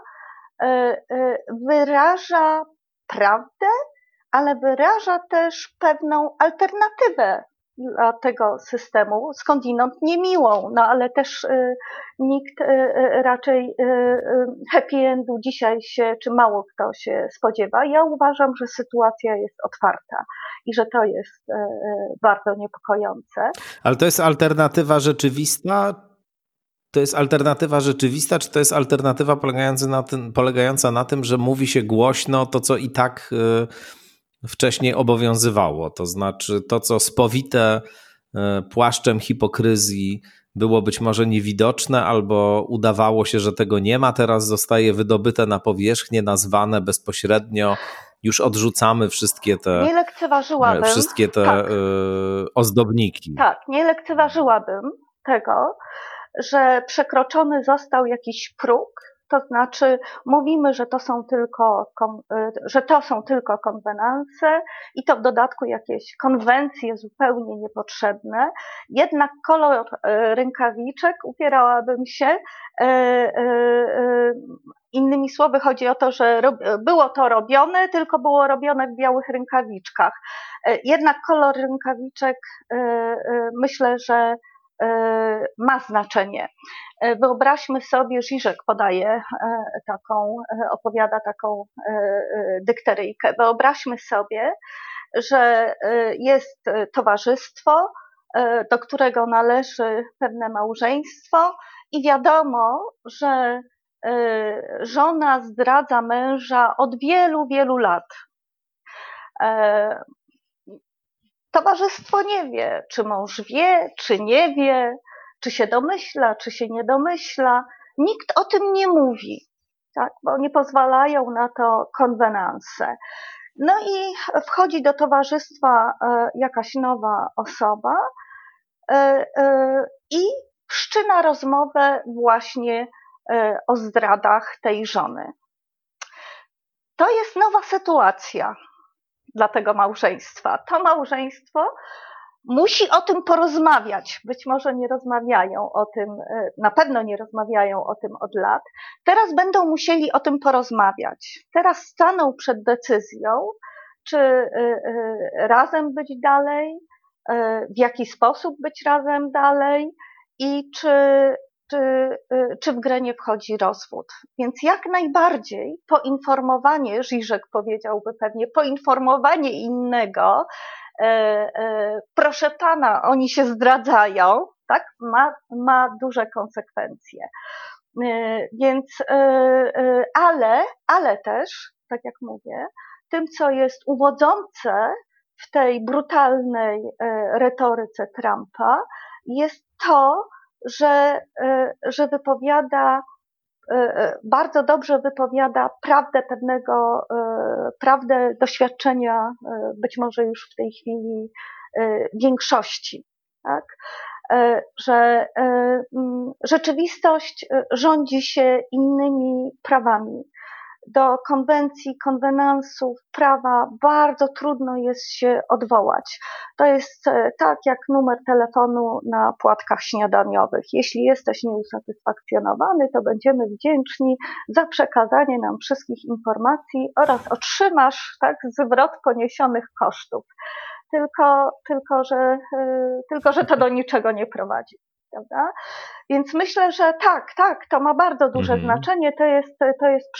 wyraża prawdę, ale wyraża też pewną alternatywę dla tego systemu, skądinąd niemiłą, no ale też nikt raczej happy endu dzisiaj czy mało kto się spodziewa. Ja uważam, że sytuacja jest otwarta i że to jest bardzo niepokojące. Ale to jest alternatywa rzeczywista? To jest alternatywa rzeczywista, czy to jest alternatywa polegająca na tym, że mówi się głośno to, co i tak wcześniej obowiązywało? To znaczy to, co spowite płaszczem hipokryzji było być może niewidoczne albo udawało się, że tego nie ma, teraz zostaje wydobyte na powierzchnię, nazwane bezpośrednio. Już odrzucamy wszystkie te tak. ozdobniki. Tak, nie lekceważyłabym tego, że przekroczony został jakiś próg, to znaczy mówimy, że to są tylko konwenanse i to w dodatku jakieś konwencje zupełnie niepotrzebne. Jednak kolor rękawiczek upierałabym się. Innymi słowy chodzi o to, że było to robione, tylko było robione w białych rękawiczkach. Jednak kolor rękawiczek myślę, że ma znaczenie. Wyobraźmy sobie, Žižek opowiada taką dykteryjkę. Wyobraźmy sobie, że jest towarzystwo, do którego należy pewne małżeństwo i wiadomo, że żona zdradza męża od wielu, wielu lat. Towarzystwo nie wie, czy mąż wie, czy nie wie, czy się domyśla, czy się nie domyśla. Nikt o tym nie mówi, tak? Bo nie pozwalają na to konwenanse. No i wchodzi do towarzystwa jakaś nowa osoba i wszczyna rozmowę właśnie o zdradach tej żony. To jest nowa sytuacja dla tego małżeństwa. To małżeństwo musi o tym porozmawiać. Być może nie rozmawiają o tym, na pewno nie rozmawiają o tym od lat. Teraz będą musieli o tym porozmawiać. Teraz staną przed decyzją, czy razem być dalej, w jaki sposób być razem dalej i czy w grę nie wchodzi rozwód. Więc jak najbardziej poinformowanie, Žižek powiedziałby pewnie, poinformowanie innego, proszę pana, oni się zdradzają, tak, ma duże konsekwencje. Więc, ale też, tak jak mówię, tym, co jest uwodzące w tej brutalnej retoryce Trumpa, jest to, że bardzo dobrze wypowiada prawdę doświadczenia, być może już w tej chwili większości, tak? Że rzeczywistość rządzi się innymi prawami. do konwencji, konwenansów, prawa bardzo trudno jest się odwołać. To jest tak jak numer telefonu na płatkach śniadaniowych. Jeśli jesteś nieusatysfakcjonowany, to będziemy wdzięczni za przekazanie nam wszystkich informacji oraz otrzymasz zwrot poniesionych kosztów. Tylko, że to do niczego nie prowadzi. Prawda? Więc myślę, że tak, to ma bardzo duże znaczenie, to jest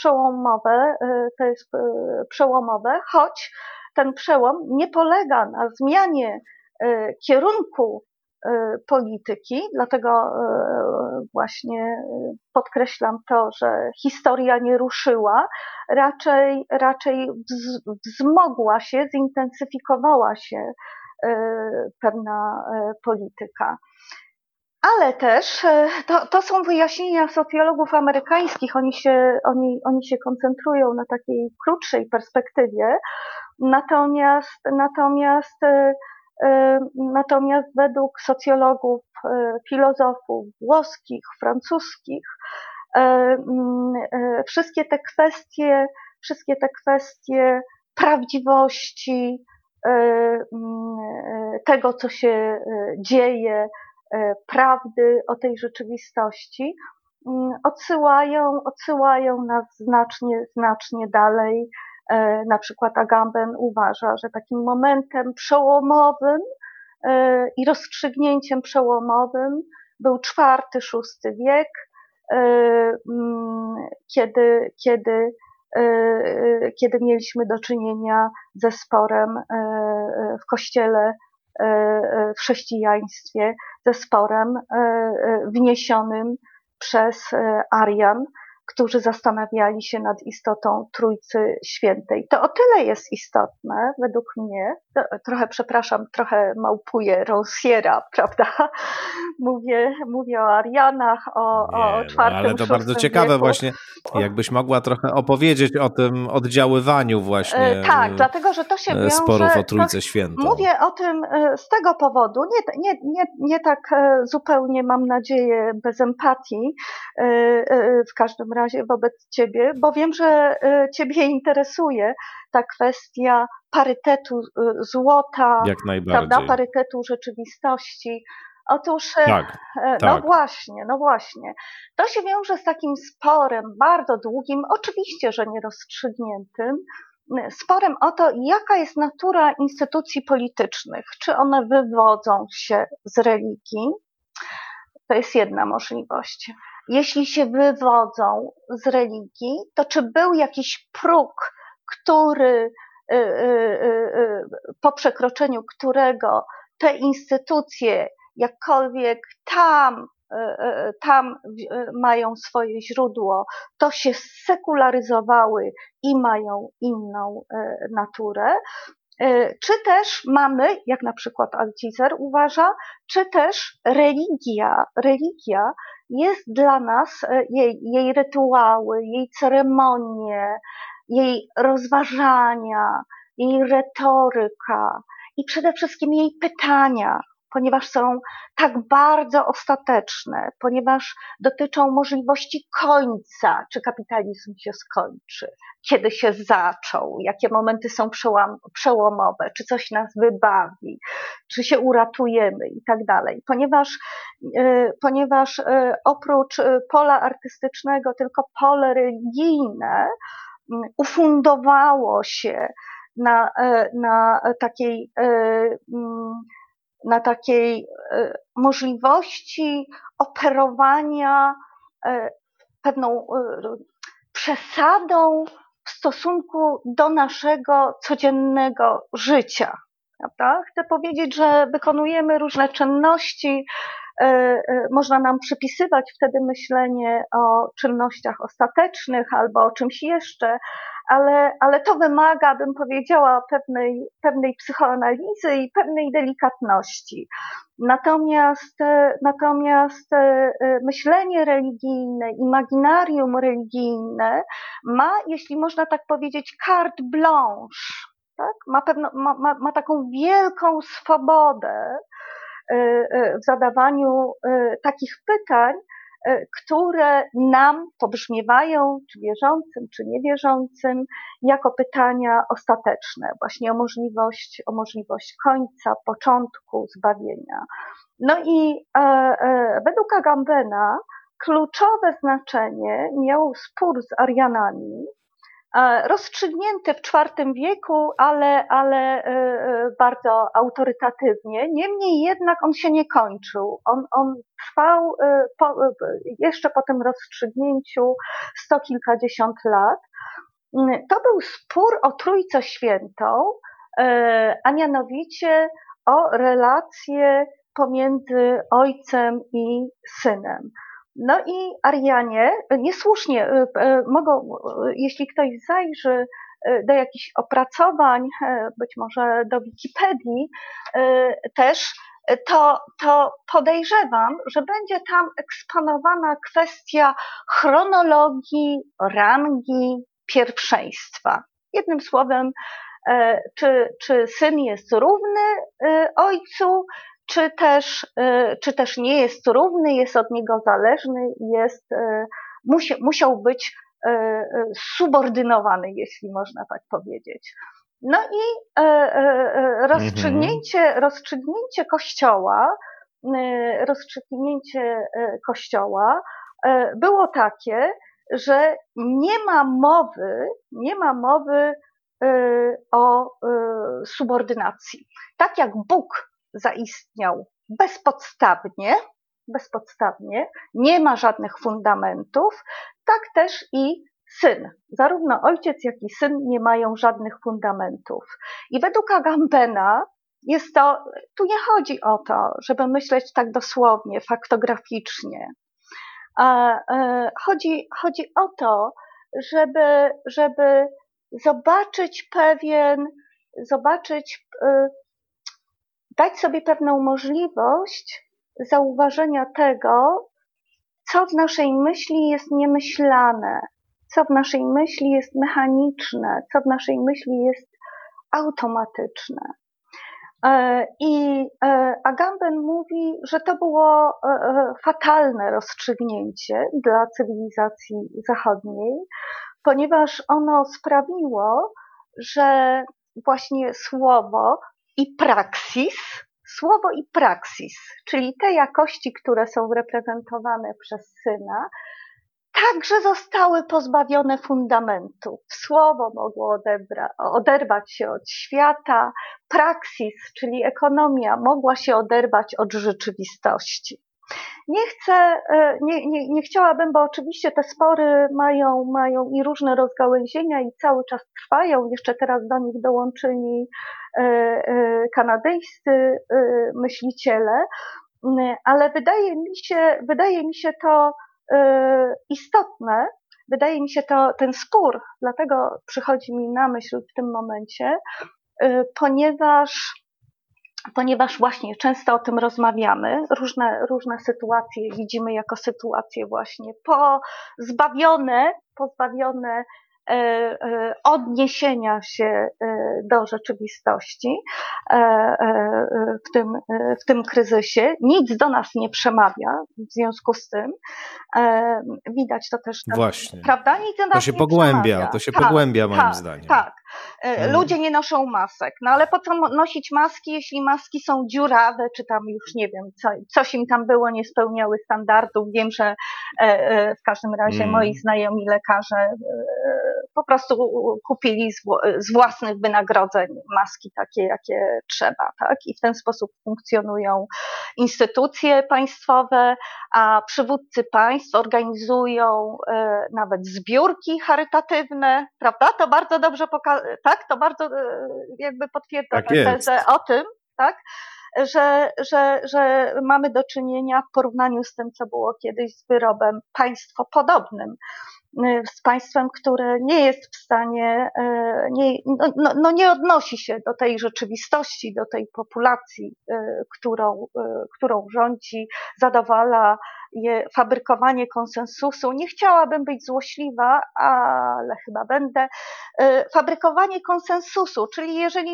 przełomowe, choć ten przełom nie polega na zmianie kierunku polityki, dlatego właśnie podkreślam to, że historia nie ruszyła, raczej wzmogła się, zintensyfikowała się pewna polityka. Ale też to są wyjaśnienia socjologów amerykańskich, oni się koncentrują na takiej krótszej perspektywie, natomiast według socjologów, filozofów włoskich, francuskich, wszystkie te kwestie prawdziwości tego, co się dzieje, prawdy o tej rzeczywistości odsyłają nas znacznie dalej. Na przykład Agamben uważa, że takim momentem przełomowym i rozstrzygnięciem przełomowym był IV-VI wiek, kiedy mieliśmy do czynienia ze sporem w Kościele, w chrześcijaństwie, ze sporem wniesionym przez Arian, którzy zastanawiali się nad istotą Trójcy Świętej. To o tyle jest istotne, według mnie, trochę małpuję Rancière'a, prawda? Mówię o Arianach, o czwartym, ale to bardzo ciekawe wieku. właśnie, jakbyś mogła trochę opowiedzieć o tym oddziaływaniu właśnie tak, dlatego, że to się wiąże, sporów o Trójcę Świętą. Mówię o tym z tego powodu, nie tak zupełnie, mam nadzieję, bez empatii, w każdym razie wobec ciebie, bo wiem, że ciebie interesuje ta kwestia parytetu złota, jak najbardziej. Prawda, parytetu rzeczywistości. Otóż, tak. No właśnie. To się wiąże z takim sporem bardzo długim, oczywiście, że nierozstrzygniętym, sporem o to, jaka jest natura instytucji politycznych. Czy one wywodzą się z religii? To jest jedna możliwość. Jeśli się wywodzą z religii, to czy był jakiś próg, po przekroczeniu którego te instytucje jakkolwiek tam mają swoje źródło, to się sekularyzowały i mają inną naturę. Czy też mamy, jak na przykład Althusser uważa, czy też religia jest dla nas, jej rytuały, jej ceremonie, jej rozważania, jej retoryka i przede wszystkim jej pytania, ponieważ są tak bardzo ostateczne, ponieważ dotyczą możliwości końca, czy kapitalizm się skończy, kiedy się zaczął, jakie momenty są przełomowe, czy coś nas wybawi, czy się uratujemy i tak dalej. Ponieważ oprócz pola artystycznego tylko pole religijne ufundowało się na takiej możliwości operowania pewną przesadą w stosunku do naszego codziennego życia. Prawda? Chcę powiedzieć, że wykonujemy różne czynności, można nam przypisywać wtedy myślenie o czynnościach ostatecznych albo o czymś jeszcze, ale to wymaga, bym powiedziała, pewnej psychoanalizy i pewnej delikatności. Natomiast myślenie religijne, imaginarium religijne ma, jeśli można tak powiedzieć, carte blanche, tak? Ma taką wielką swobodę w zadawaniu takich pytań, które nam pobrzmiewają, czy wierzącym, czy niewierzącym, jako pytania ostateczne, właśnie o możliwość końca, początku, zbawienia. No i według Agambena kluczowe znaczenie miał spór z Arianami, rozstrzygnięty w IV wieku, ale bardzo autorytatywnie. Niemniej jednak on się nie kończył. On trwał jeszcze po tym rozstrzygnięciu kilkadziesiąt lat. To był spór o Trójcę Świętą, a mianowicie o relacje pomiędzy Ojcem i Synem. No i Arianie niesłusznie mogą, jeśli ktoś zajrzy do jakichś opracowań, być może do Wikipedii też, to podejrzewam, że będzie tam eksponowana kwestia chronologii, rangi, pierwszeństwa. Jednym słowem, czy syn jest równy ojcu, czy też nie jest równy, jest od niego zależny, musiał być subordynowany, jeśli można tak powiedzieć. No i rozstrzygnięcie Kościoła było takie, że nie ma mowy o subordynacji. Tak jak Bóg zaistniał bezpodstawnie, nie ma żadnych fundamentów, tak też i Syn. Zarówno Ojciec, jak i Syn nie mają żadnych fundamentów. I według Agambena tu nie chodzi o to, żeby myśleć tak dosłownie, faktograficznie. Chodzi o to, żeby dać sobie pewną możliwość zauważenia tego, co w naszej myśli jest niemyślane, co w naszej myśli jest mechaniczne, co w naszej myśli jest automatyczne. I Agamben mówi, że to było fatalne rozstrzygnięcie dla cywilizacji zachodniej, ponieważ ono sprawiło, że właśnie słowo i praksis, czyli te jakości, które są reprezentowane przez Syna, także zostały pozbawione fundamentów. Słowo mogło oderwać się od świata, praksis, czyli ekonomia, mogła się oderwać od rzeczywistości. Nie chciałabym, bo oczywiście te spory mają i różne rozgałęzienia i cały czas trwają. Jeszcze teraz do nich dołączyli kanadyjscy myśliciele, ale wydaje mi się to istotne, wydaje mi się to ten spór, dlatego przychodzi mi na myśl w tym momencie, ponieważ właśnie często o tym rozmawiamy, różne sytuacje widzimy jako sytuacje właśnie pozbawione odniesienia się do rzeczywistości w tym kryzysie. Nic do nas nie przemawia, w związku z tym widać to też, właśnie. Prawda? Nic do nas to się nie pogłębia, przemawia. To się pogłębia moim zdaniem. Tak. Ludzie nie noszą masek. No ale po co nosić maski, jeśli maski są dziurawe, czy tam już nie wiem, coś im tam było, nie spełniały standardów. Wiem, że w każdym razie moi znajomi lekarze po prostu kupili z własnych wynagrodzeń maski takie, jakie trzeba, tak? I w ten sposób funkcjonują instytucje państwowe, a przywódcy państw organizują nawet zbiórki charytatywne, prawda? To bardzo dobrze tak? To bardzo jakby potwierdza tę tezę o tym, tak? Że mamy do czynienia w porównaniu z tym, co było kiedyś, z wyrobem państwopodobnym. z państwem, które nie jest w stanie, nie odnosi się do tej rzeczywistości, do tej populacji, którą rządzi, zadowala je fabrykowanie konsensusu. Nie chciałabym być złośliwa, ale chyba będę. Fabrykowanie konsensusu, czyli jeżeli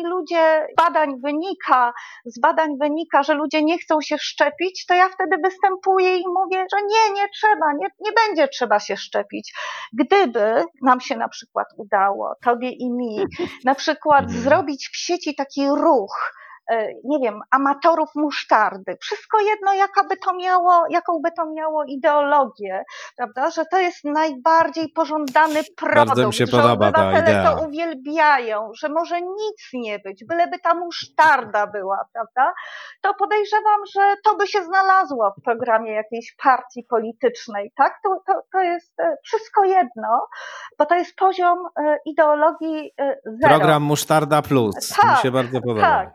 z badań wynika, że ludzie nie chcą się szczepić, to ja wtedy występuję i mówię, że nie trzeba, nie będzie trzeba się szczepić. Gdyby nam się na przykład udało, tobie i mi, na przykład zrobić w sieci taki ruch, nie wiem, amatorów musztardy. Wszystko jedno, jaką by to miało ideologię, prawda? Że to jest najbardziej pożądany produkt, Bardzo mi się że podoba ta obywatele idea. to uwielbiają, że może nic nie być, byleby ta musztarda była, prawda? To podejrzewam, że to by się znalazło w programie jakiejś partii politycznej, tak? To jest wszystko jedno, bo to jest poziom ideologii zero. Program Musztarda Plus. Tak, mi się bardzo podoba. Tak.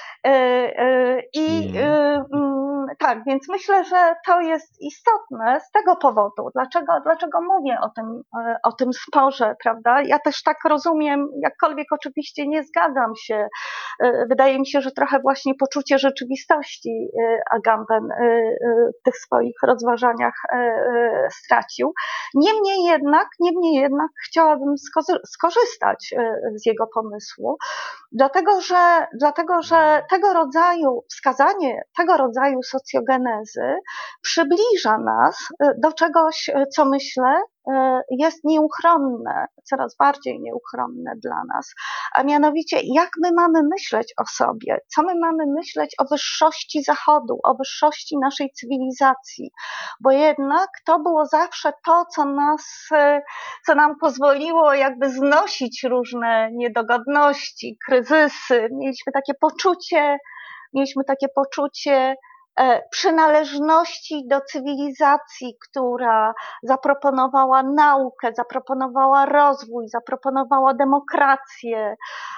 Tak, więc myślę, że to jest istotne z tego powodu. Dlaczego mówię o tym sporze, prawda? Ja też tak rozumiem, jakkolwiek oczywiście nie zgadzam się. Wydaje mi się, że trochę właśnie poczucie rzeczywistości Agamben w tych swoich rozważaniach stracił. Niemniej jednak chciałabym skorzystać z jego pomysłu, dlatego że wskazanie tego rodzaju socjogenezy przybliża nas do czegoś, co myślę jest nieuchronne, coraz bardziej nieuchronne dla nas, a mianowicie jak my mamy myśleć o sobie, co my mamy myśleć o wyższości Zachodu, o wyższości naszej cywilizacji, bo jednak to było zawsze to, co nam pozwoliło jakby znosić różne niedogodności, kryzysy. Mieliśmy takie poczucie przynależności do cywilizacji, która zaproponowała naukę, zaproponowała rozwój, zaproponowała demokrację.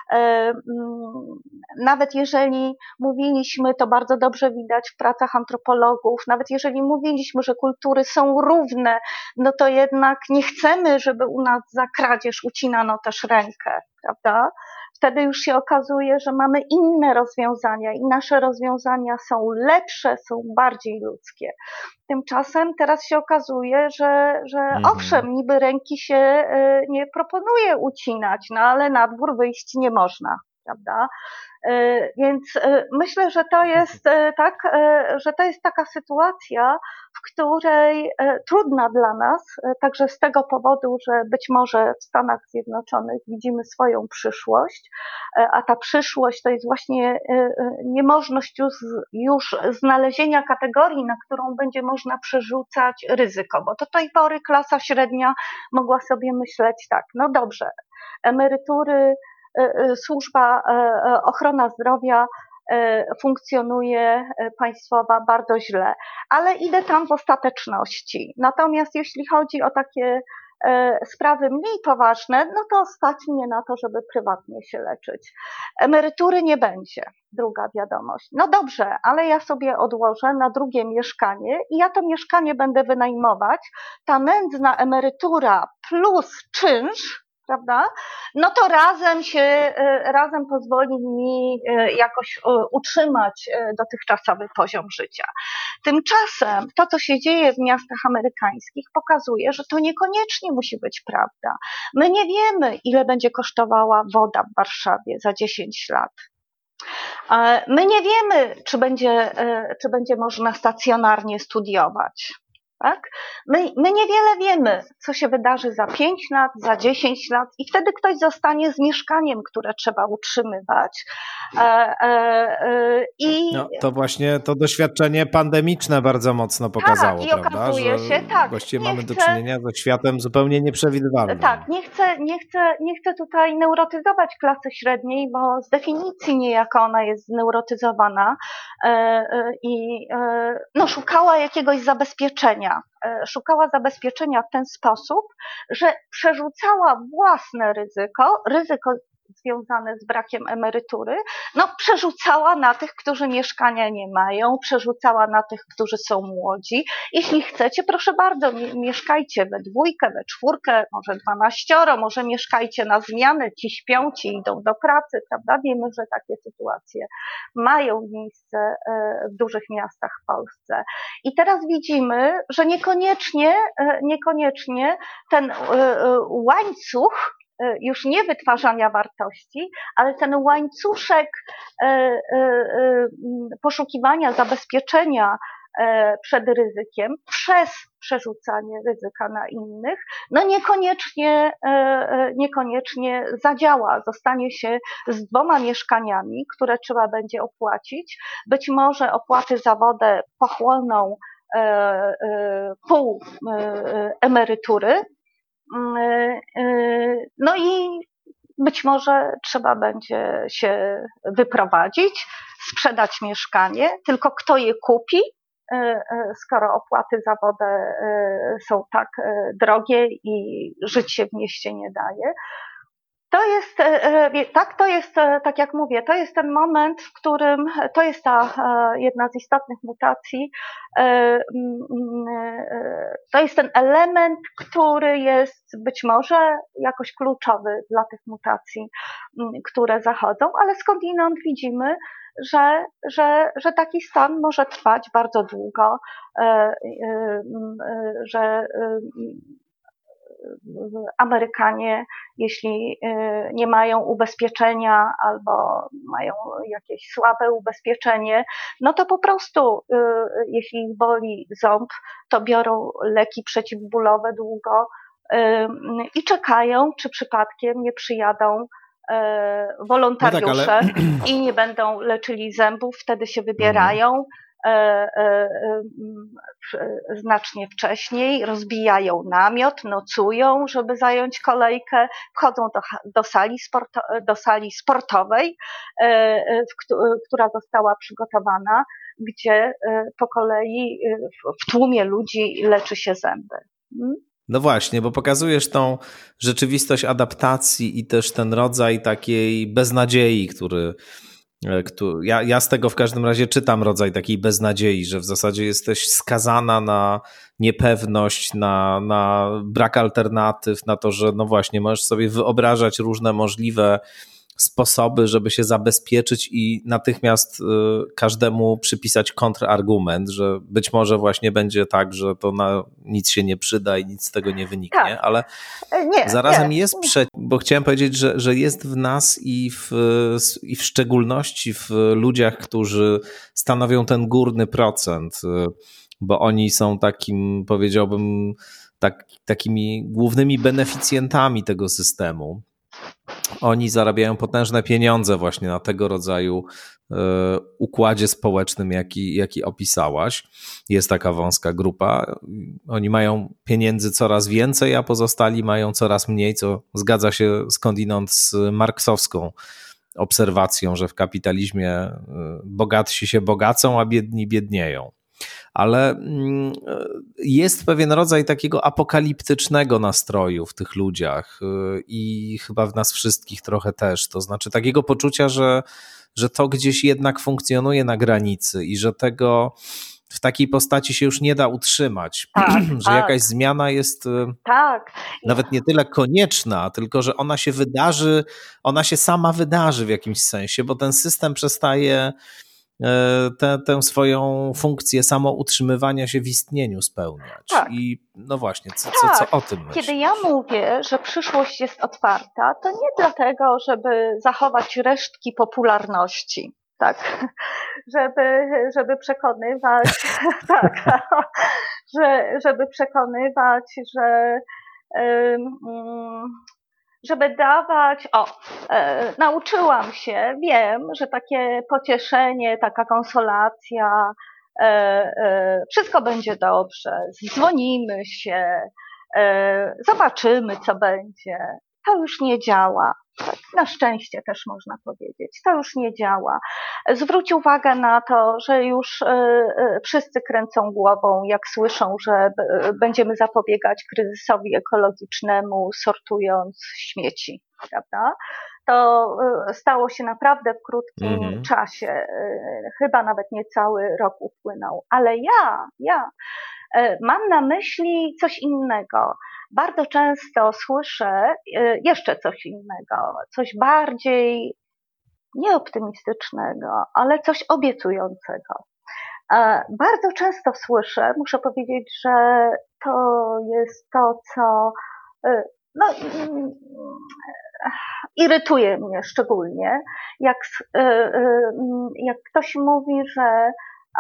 Nawet jeżeli mówiliśmy, to bardzo dobrze widać w pracach antropologów, nawet jeżeli mówiliśmy, że kultury są równe, no to jednak nie chcemy, żeby u nas za kradzież ucinano też rękę, prawda? Wtedy już się okazuje, że mamy inne rozwiązania i nasze rozwiązania są lepsze, są bardziej ludzkie. Tymczasem teraz się okazuje, że owszem, niby ręki się nie proponuje ucinać, no ale na dwór wyjść nie można, prawda? Więc myślę, że to jest że to jest taka sytuacja, w której trudna dla nas, także z tego powodu, że być może w Stanach Zjednoczonych widzimy swoją przyszłość, a ta przyszłość to jest właśnie niemożność już znalezienia kategorii, na którą będzie można przerzucać ryzyko, bo do tej pory klasa średnia mogła sobie myśleć tak, no dobrze, emerytury, służba, ochrona zdrowia funkcjonuje państwowa bardzo źle, ale idę tam w ostateczności. Natomiast jeśli chodzi o takie sprawy mniej poważne, no to stać mnie na to, żeby prywatnie się leczyć. Emerytury nie będzie, druga wiadomość. No dobrze, ale ja sobie odłożę na drugie mieszkanie i ja to mieszkanie będę wynajmować. Ta nędzna emerytura plus czynsz, prawda? No to razem pozwoli mi jakoś utrzymać dotychczasowy poziom życia. Tymczasem to, co się dzieje w miastach amerykańskich, pokazuje, że to niekoniecznie musi być prawda. My nie wiemy, ile będzie kosztowała woda w Warszawie za 10 lat. My nie wiemy, czy będzie można stacjonarnie studiować. Tak? My niewiele wiemy, co się wydarzy za 5 lat, za 10 lat i wtedy ktoś zostanie z mieszkaniem, które trzeba utrzymywać. No, to właśnie to doświadczenie pandemiczne bardzo mocno pokazało, tak, i prawda? okazuje się, właściwie mamy do czynienia ze światem zupełnie nieprzewidywalnym. Tak, nie chcę tutaj neurotyzować klasy średniej, bo z definicji niejako ona jest zneurotyzowana i szukała jakiegoś zabezpieczenia. Szukała zabezpieczenia w ten sposób, że przerzucała własne ryzyko związane z brakiem emerytury, przerzucała na tych, którzy mieszkania nie mają, przerzucała na tych, którzy są młodzi. Jeśli chcecie, proszę bardzo, mieszkajcie we dwójkę, we czwórkę, może 12, może mieszkajcie na zmianę, ci śpią, ci idą do pracy, prawda? Wiemy, że takie sytuacje mają miejsce w dużych miastach w Polsce. I teraz widzimy, że niekoniecznie ten łańcuch już nie wytwarzania wartości, ale ten łańcuszek poszukiwania zabezpieczenia przed ryzykiem przez przerzucanie ryzyka na innych, niekoniecznie zadziała. Zostanie się z 2 mieszkaniami, które trzeba będzie opłacić. Być może opłaty za wodę pochłoną pół emerytury. I być może trzeba będzie się wyprowadzić, sprzedać mieszkanie, tylko kto je kupi, skoro opłaty za wodę są tak drogie i żyć się w mieście nie daje. Tak jak mówię, to jest ten moment, w którym to jest ta jedna z istotnych mutacji, to jest ten element, który jest być może jakoś kluczowy dla tych mutacji, które zachodzą, ale skądinąd widzimy, że taki stan może trwać bardzo długo, że Amerykanie, jeśli nie mają ubezpieczenia albo mają jakieś słabe ubezpieczenie, to po prostu jeśli ich boli ząb, to biorą leki przeciwbólowe długo i czekają, czy przypadkiem nie przyjadą wolontariusze i nie będą leczyli zębów, wtedy się wybierają znacznie wcześniej, rozbijają namiot, nocują, żeby zająć kolejkę, wchodzą do sali sportowej, która została przygotowana, gdzie po kolei w tłumie ludzi leczy się zęby. No właśnie, bo pokazujesz tą rzeczywistość adaptacji i też ten rodzaj takiej beznadziei, który ja z tego w każdym razie czytam rodzaj takiej beznadziei, że w zasadzie jesteś skazana na niepewność, na brak alternatyw, na to, że no właśnie możesz sobie wyobrażać różne możliwe sposoby, żeby się zabezpieczyć i natychmiast każdemu przypisać kontrargument, że być może właśnie będzie tak, że to na nic się nie przyda i nic z tego nie wyniknie, tak. Ale zarazem jest bo chciałem powiedzieć, że jest w nas i w szczególności w ludziach, którzy stanowią ten górny procent, bo oni są takim, powiedziałbym, takimi głównymi beneficjentami tego systemu. Oni zarabiają potężne pieniądze właśnie na tego rodzaju układzie społecznym, jaki opisałaś. Jest taka wąska grupa. Oni mają pieniędzy coraz więcej, a pozostali mają coraz mniej, co zgadza się skądinąd z marksowską obserwacją, że w kapitalizmie bogatsi się bogacą, a biedni biednieją. Ale jest pewien rodzaj takiego apokaliptycznego nastroju w tych ludziach i chyba w nas wszystkich trochę też. To znaczy takiego poczucia, że to gdzieś jednak funkcjonuje na granicy i że tego w takiej postaci się już nie da utrzymać. Tak, że jakaś zmiana jest nawet nie tyle konieczna, tylko że ona się wydarzy, ona się sama wydarzy w jakimś sensie, bo ten system przestaje tę swoją funkcję samoutrzymywania się w istnieniu spełniać. Tak. I no właśnie, co o tym myślisz? Kiedy ja mówię, że przyszłość jest otwarta, to nie dlatego, żeby zachować resztki popularności, tak, żeby przekonywać, żeby przekonywać, żeby dawać, nauczyłam się, wiem, że takie pocieszenie, taka konsolacja, wszystko będzie dobrze, dzwonimy się, zobaczymy, co będzie. To już nie działa. Tak, na szczęście też można powiedzieć. To już nie działa. Zwróć uwagę na to, że już wszyscy kręcą głową, jak słyszą, że będziemy zapobiegać kryzysowi ekologicznemu, sortując śmieci, prawda? To stało się naprawdę w krótkim czasie, chyba nawet nie cały rok upłynął, ale ja mam na myśli coś innego. Bardzo często słyszę jeszcze coś innego, coś bardziej nieoptymistycznego, ale coś obiecującego. Bardzo często słyszę, muszę powiedzieć, że to jest to, co no, irytuje mnie szczególnie, jak ktoś mówi, że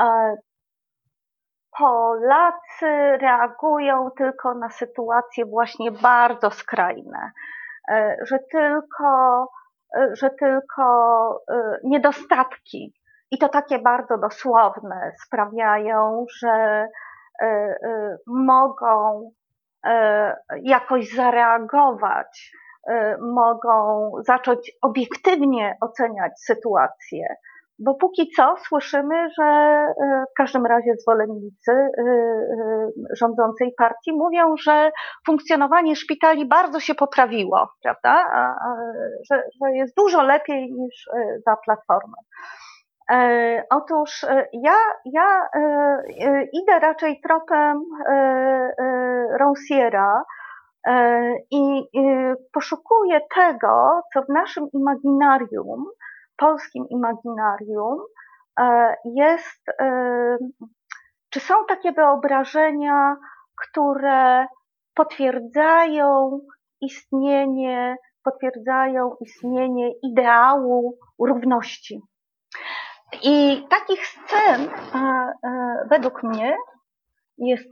Polacy reagują tylko na sytuacje właśnie bardzo skrajne, że tylko niedostatki, i to takie bardzo dosłowne, sprawiają, że mogą jakoś zareagować, mogą zacząć obiektywnie oceniać sytuację. Bo póki co słyszymy, że w każdym razie zwolennicy rządzącej partii mówią, że funkcjonowanie szpitali bardzo się poprawiło, prawda? Że jest dużo lepiej niż za Platformę. Otóż ja idę raczej tropem Rancière'a i poszukuję tego, co w naszym imaginarium, polskim imaginarium jest, czy są takie wyobrażenia, które potwierdzają istnienie ideału równości. I takich scen według mnie jest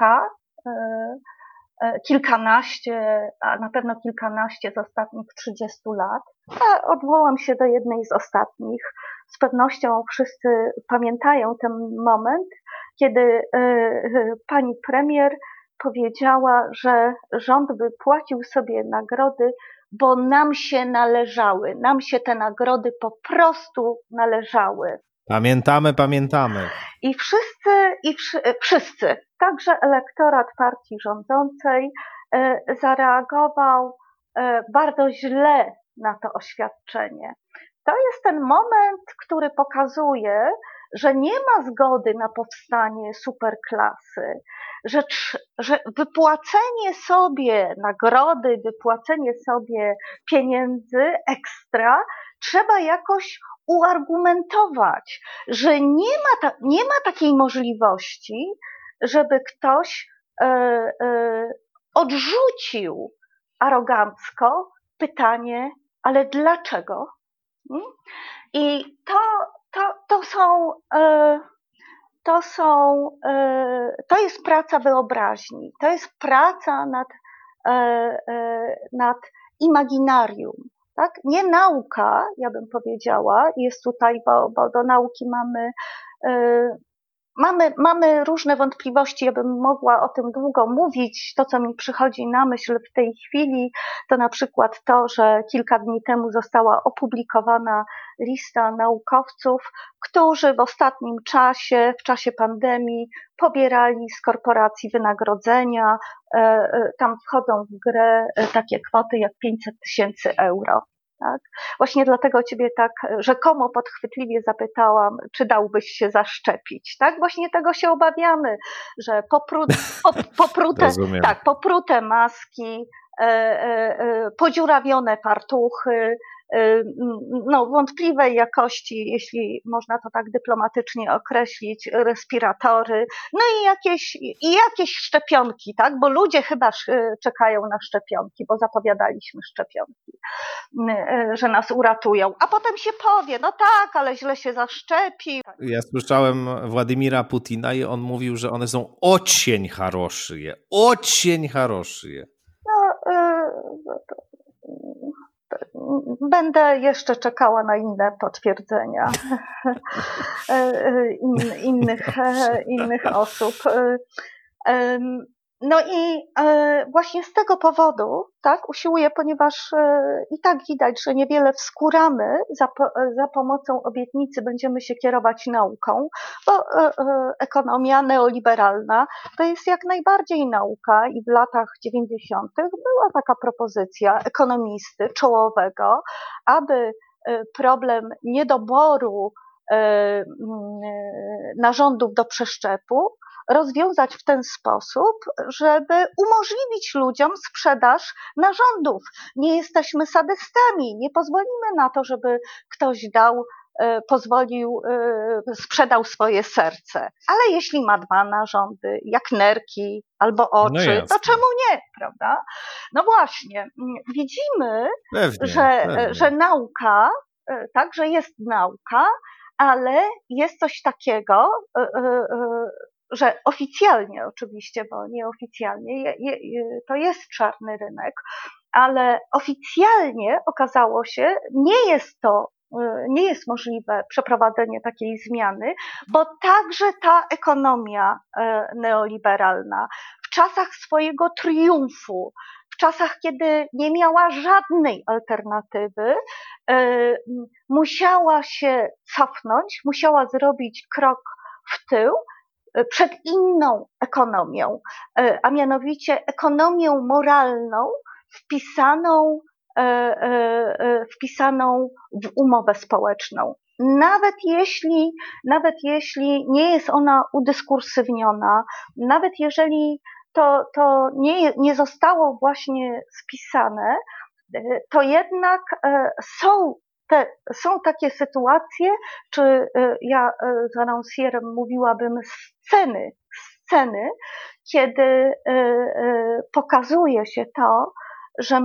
kilkanaście, a na pewno kilkanaście z ostatnich 30 lat. Ja odwołam się do jednej z ostatnich. Z pewnością wszyscy pamiętają ten moment, kiedy pani premier powiedziała, że rząd wypłacił sobie nagrody, bo nam się należały. Nam się te nagrody po prostu należały. Pamiętamy. I wszyscy, także elektorat partii rządzącej, zareagował bardzo źle na to oświadczenie. To jest ten moment, który pokazuje, że nie ma zgody na powstanie superklasy, że wypłacenie sobie nagrody, wypłacenie sobie pieniędzy ekstra trzeba jakoś uargumentować, że nie ma takiej możliwości, żeby ktoś odrzucił arogancko pytanie, ale dlaczego? I to jest praca wyobraźni, to jest praca nad imaginarium. Tak? Nie nauka, ja bym powiedziała, jest tutaj, bo do nauki mamy różne wątpliwości, ja bym mogła o tym długo mówić. To, co mi przychodzi na myśl w tej chwili, to na przykład to, że kilka dni temu została opublikowana lista naukowców, którzy w ostatnim czasie, w czasie pandemii, pobierali z korporacji wynagrodzenia. Tam wchodzą w grę takie kwoty jak 500 000 euro. Tak? Właśnie dlatego ciebie tak rzekomo podchwytliwie zapytałam, czy dałbyś się zaszczepić. Tak? Właśnie tego się obawiamy, że poprute maski, podziurawione fartuchy, wątpliwej jakości, jeśli można to tak dyplomatycznie określić, respiratory, no i jakieś szczepionki, tak? Bo ludzie chyba czekają na szczepionki, bo zapowiadaliśmy szczepionki, że nas uratują, a potem się powie, no tak, ale źle się zaszczepi. Ja słyszałem Władimira Putina i on mówił, że one są ocień хорошие. Będę jeszcze czekała na inne potwierdzenia innych osób. No i właśnie z tego powodu, tak, usiłuję, ponieważ i tak widać, że niewiele wskóramy za pomocą obietnicy, będziemy się kierować nauką, bo ekonomia neoliberalna to jest jak najbardziej nauka i w latach 90. była taka propozycja ekonomisty czołowego, aby problem niedoboru narządów do przeszczepu rozwiązać w ten sposób, żeby umożliwić ludziom sprzedaż narządów. Nie jesteśmy sadystami, nie pozwolimy na to, żeby ktoś sprzedał swoje serce. Ale jeśli ma 2 narządy, jak nerki albo oczy, to czemu nie, prawda? No właśnie, widzimy, że nauka, tak, że jest nauka, ale jest coś takiego, że oficjalnie oczywiście, bo nieoficjalnie to jest czarny rynek, ale oficjalnie okazało się, nie jest możliwe przeprowadzenie takiej zmiany, bo także ta ekonomia neoliberalna w czasach swojego triumfu, w czasach, kiedy nie miała żadnej alternatywy, musiała się cofnąć, musiała zrobić krok w tył przed inną ekonomią, a mianowicie ekonomią moralną wpisaną w umowę społeczną. Nawet jeśli nie jest ona udyskursywniona, nawet jeżeli to nie zostało właśnie spisane, to jednak są takie sytuacje, czy ja z Rancièrem mówiłabym sceny, kiedy pokazuje się to, że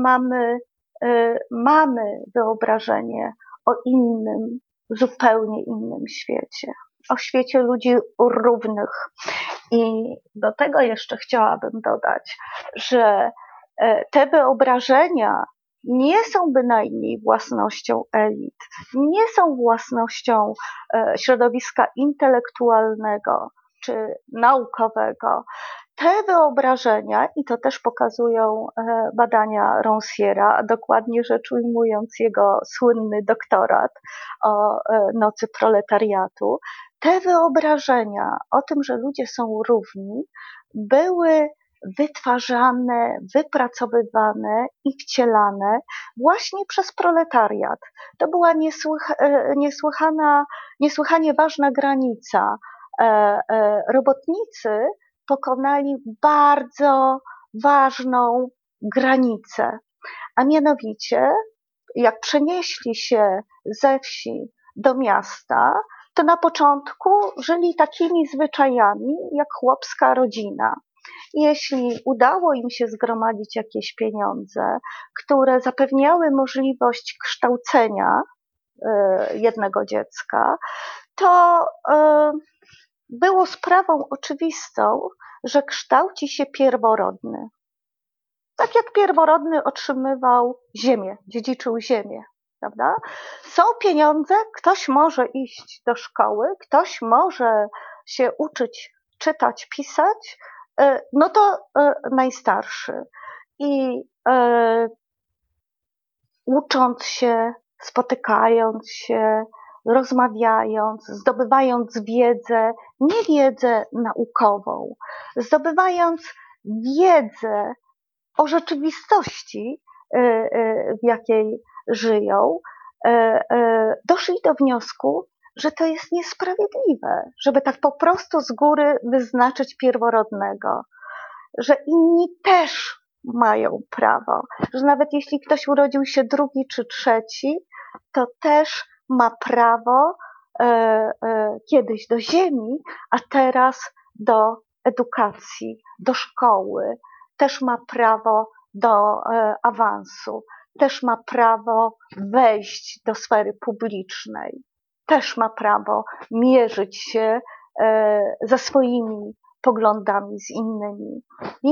mamy wyobrażenie o innym, zupełnie innym świecie, o świecie ludzi równych. I do tego jeszcze chciałabym dodać, że te wyobrażenia nie są bynajmniej własnością elit, nie są własnością środowiska intelektualnego czy naukowego. Te wyobrażenia, i to też pokazują badania Rancièra, a dokładnie rzecz ujmując jego słynny doktorat o nocy proletariatu, te wyobrażenia o tym, że ludzie są równi, były wytwarzane, wypracowywane i wcielane właśnie przez proletariat. To była niesłychanie ważna granica. Robotnicy pokonali bardzo ważną granicę, a mianowicie jak przenieśli się ze wsi do miasta, to na początku żyli takimi zwyczajami jak chłopska rodzina. Jeśli udało im się zgromadzić jakieś pieniądze, które zapewniały możliwość kształcenia jednego dziecka, to było sprawą oczywistą, że kształci się pierworodny. Tak jak pierworodny otrzymywał ziemię, dziedziczył ziemię, prawda? Są pieniądze, ktoś może iść do szkoły, ktoś może się uczyć czytać, pisać, no to najstarszy. I ucząc się, spotykając się, rozmawiając, zdobywając wiedzę, nie wiedzę naukową, zdobywając wiedzę o rzeczywistości, w jakiej żyją, doszli do wniosku, że to jest niesprawiedliwe, żeby tak po prostu z góry wyznaczyć pierworodnego, że inni też mają prawo, że nawet jeśli ktoś urodził się drugi czy trzeci, to też ma prawo kiedyś do ziemi, a teraz do edukacji, do szkoły, też ma prawo do awansu, też ma prawo wejść do sfery publicznej, też ma prawo mierzyć się ze swoimi poglądami z innymi. W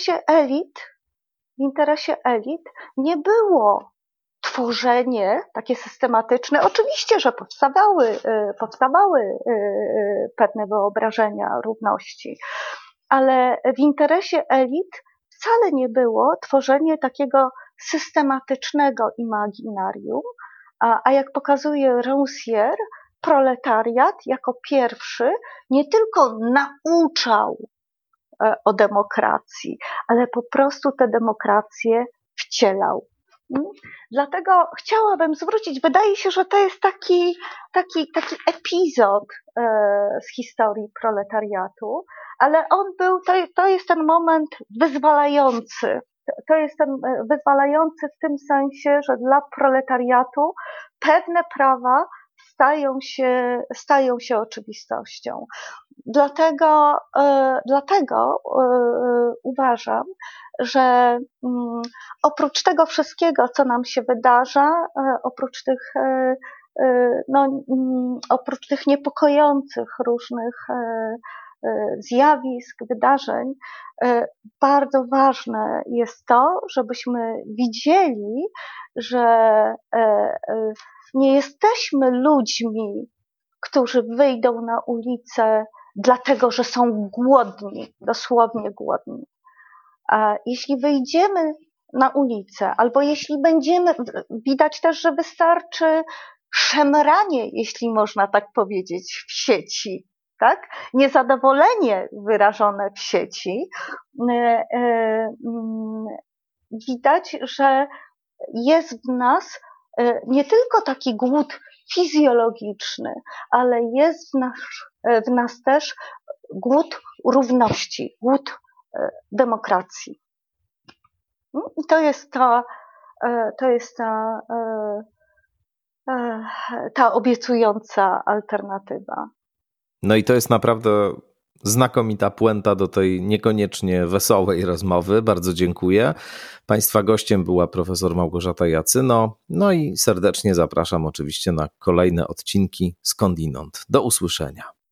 interesie elit nie było tworzenie takie systematyczne. Oczywiście, że powstawały pewne wyobrażenia równości, ale w interesie elit wcale nie było tworzenie takiego systematycznego imaginarium, a jak pokazuje Rancière, proletariat jako pierwszy nie tylko nauczał o demokracji, ale po prostu tę demokrację wcielał. Dlatego chciałabym zwrócić, wydaje się, że to jest taki epizod z historii proletariatu, ale on był, to jest ten moment wyzwalający. To jest ten wyzwalający w tym sensie, że dla proletariatu pewne prawa stają się oczywistością. Dlatego uważam, że oprócz tego wszystkiego, co nam się wydarza, oprócz tych niepokojących różnych zjawisk, wydarzeń, bardzo ważne jest to, żebyśmy widzieli, że nie jesteśmy ludźmi, którzy wyjdą na ulicę dlatego, że są głodni, dosłownie głodni. A jeśli wyjdziemy na ulicę, albo jeśli będziemy, widać też, że wystarczy szemranie, jeśli można tak powiedzieć, w sieci, tak? Niezadowolenie wyrażone w sieci, widać, że jest w nas nie tylko taki głód fizjologiczny, ale jest w nas też głód równości, głód demokracji. I to jest ta obiecująca alternatywa. No i to jest naprawdę znakomita puenta do tej niekoniecznie wesołej rozmowy. Bardzo dziękuję. Państwa gościem była profesor Małgorzata Jacyno. No i serdecznie zapraszam oczywiście na kolejne odcinki Skądinąd. Do usłyszenia.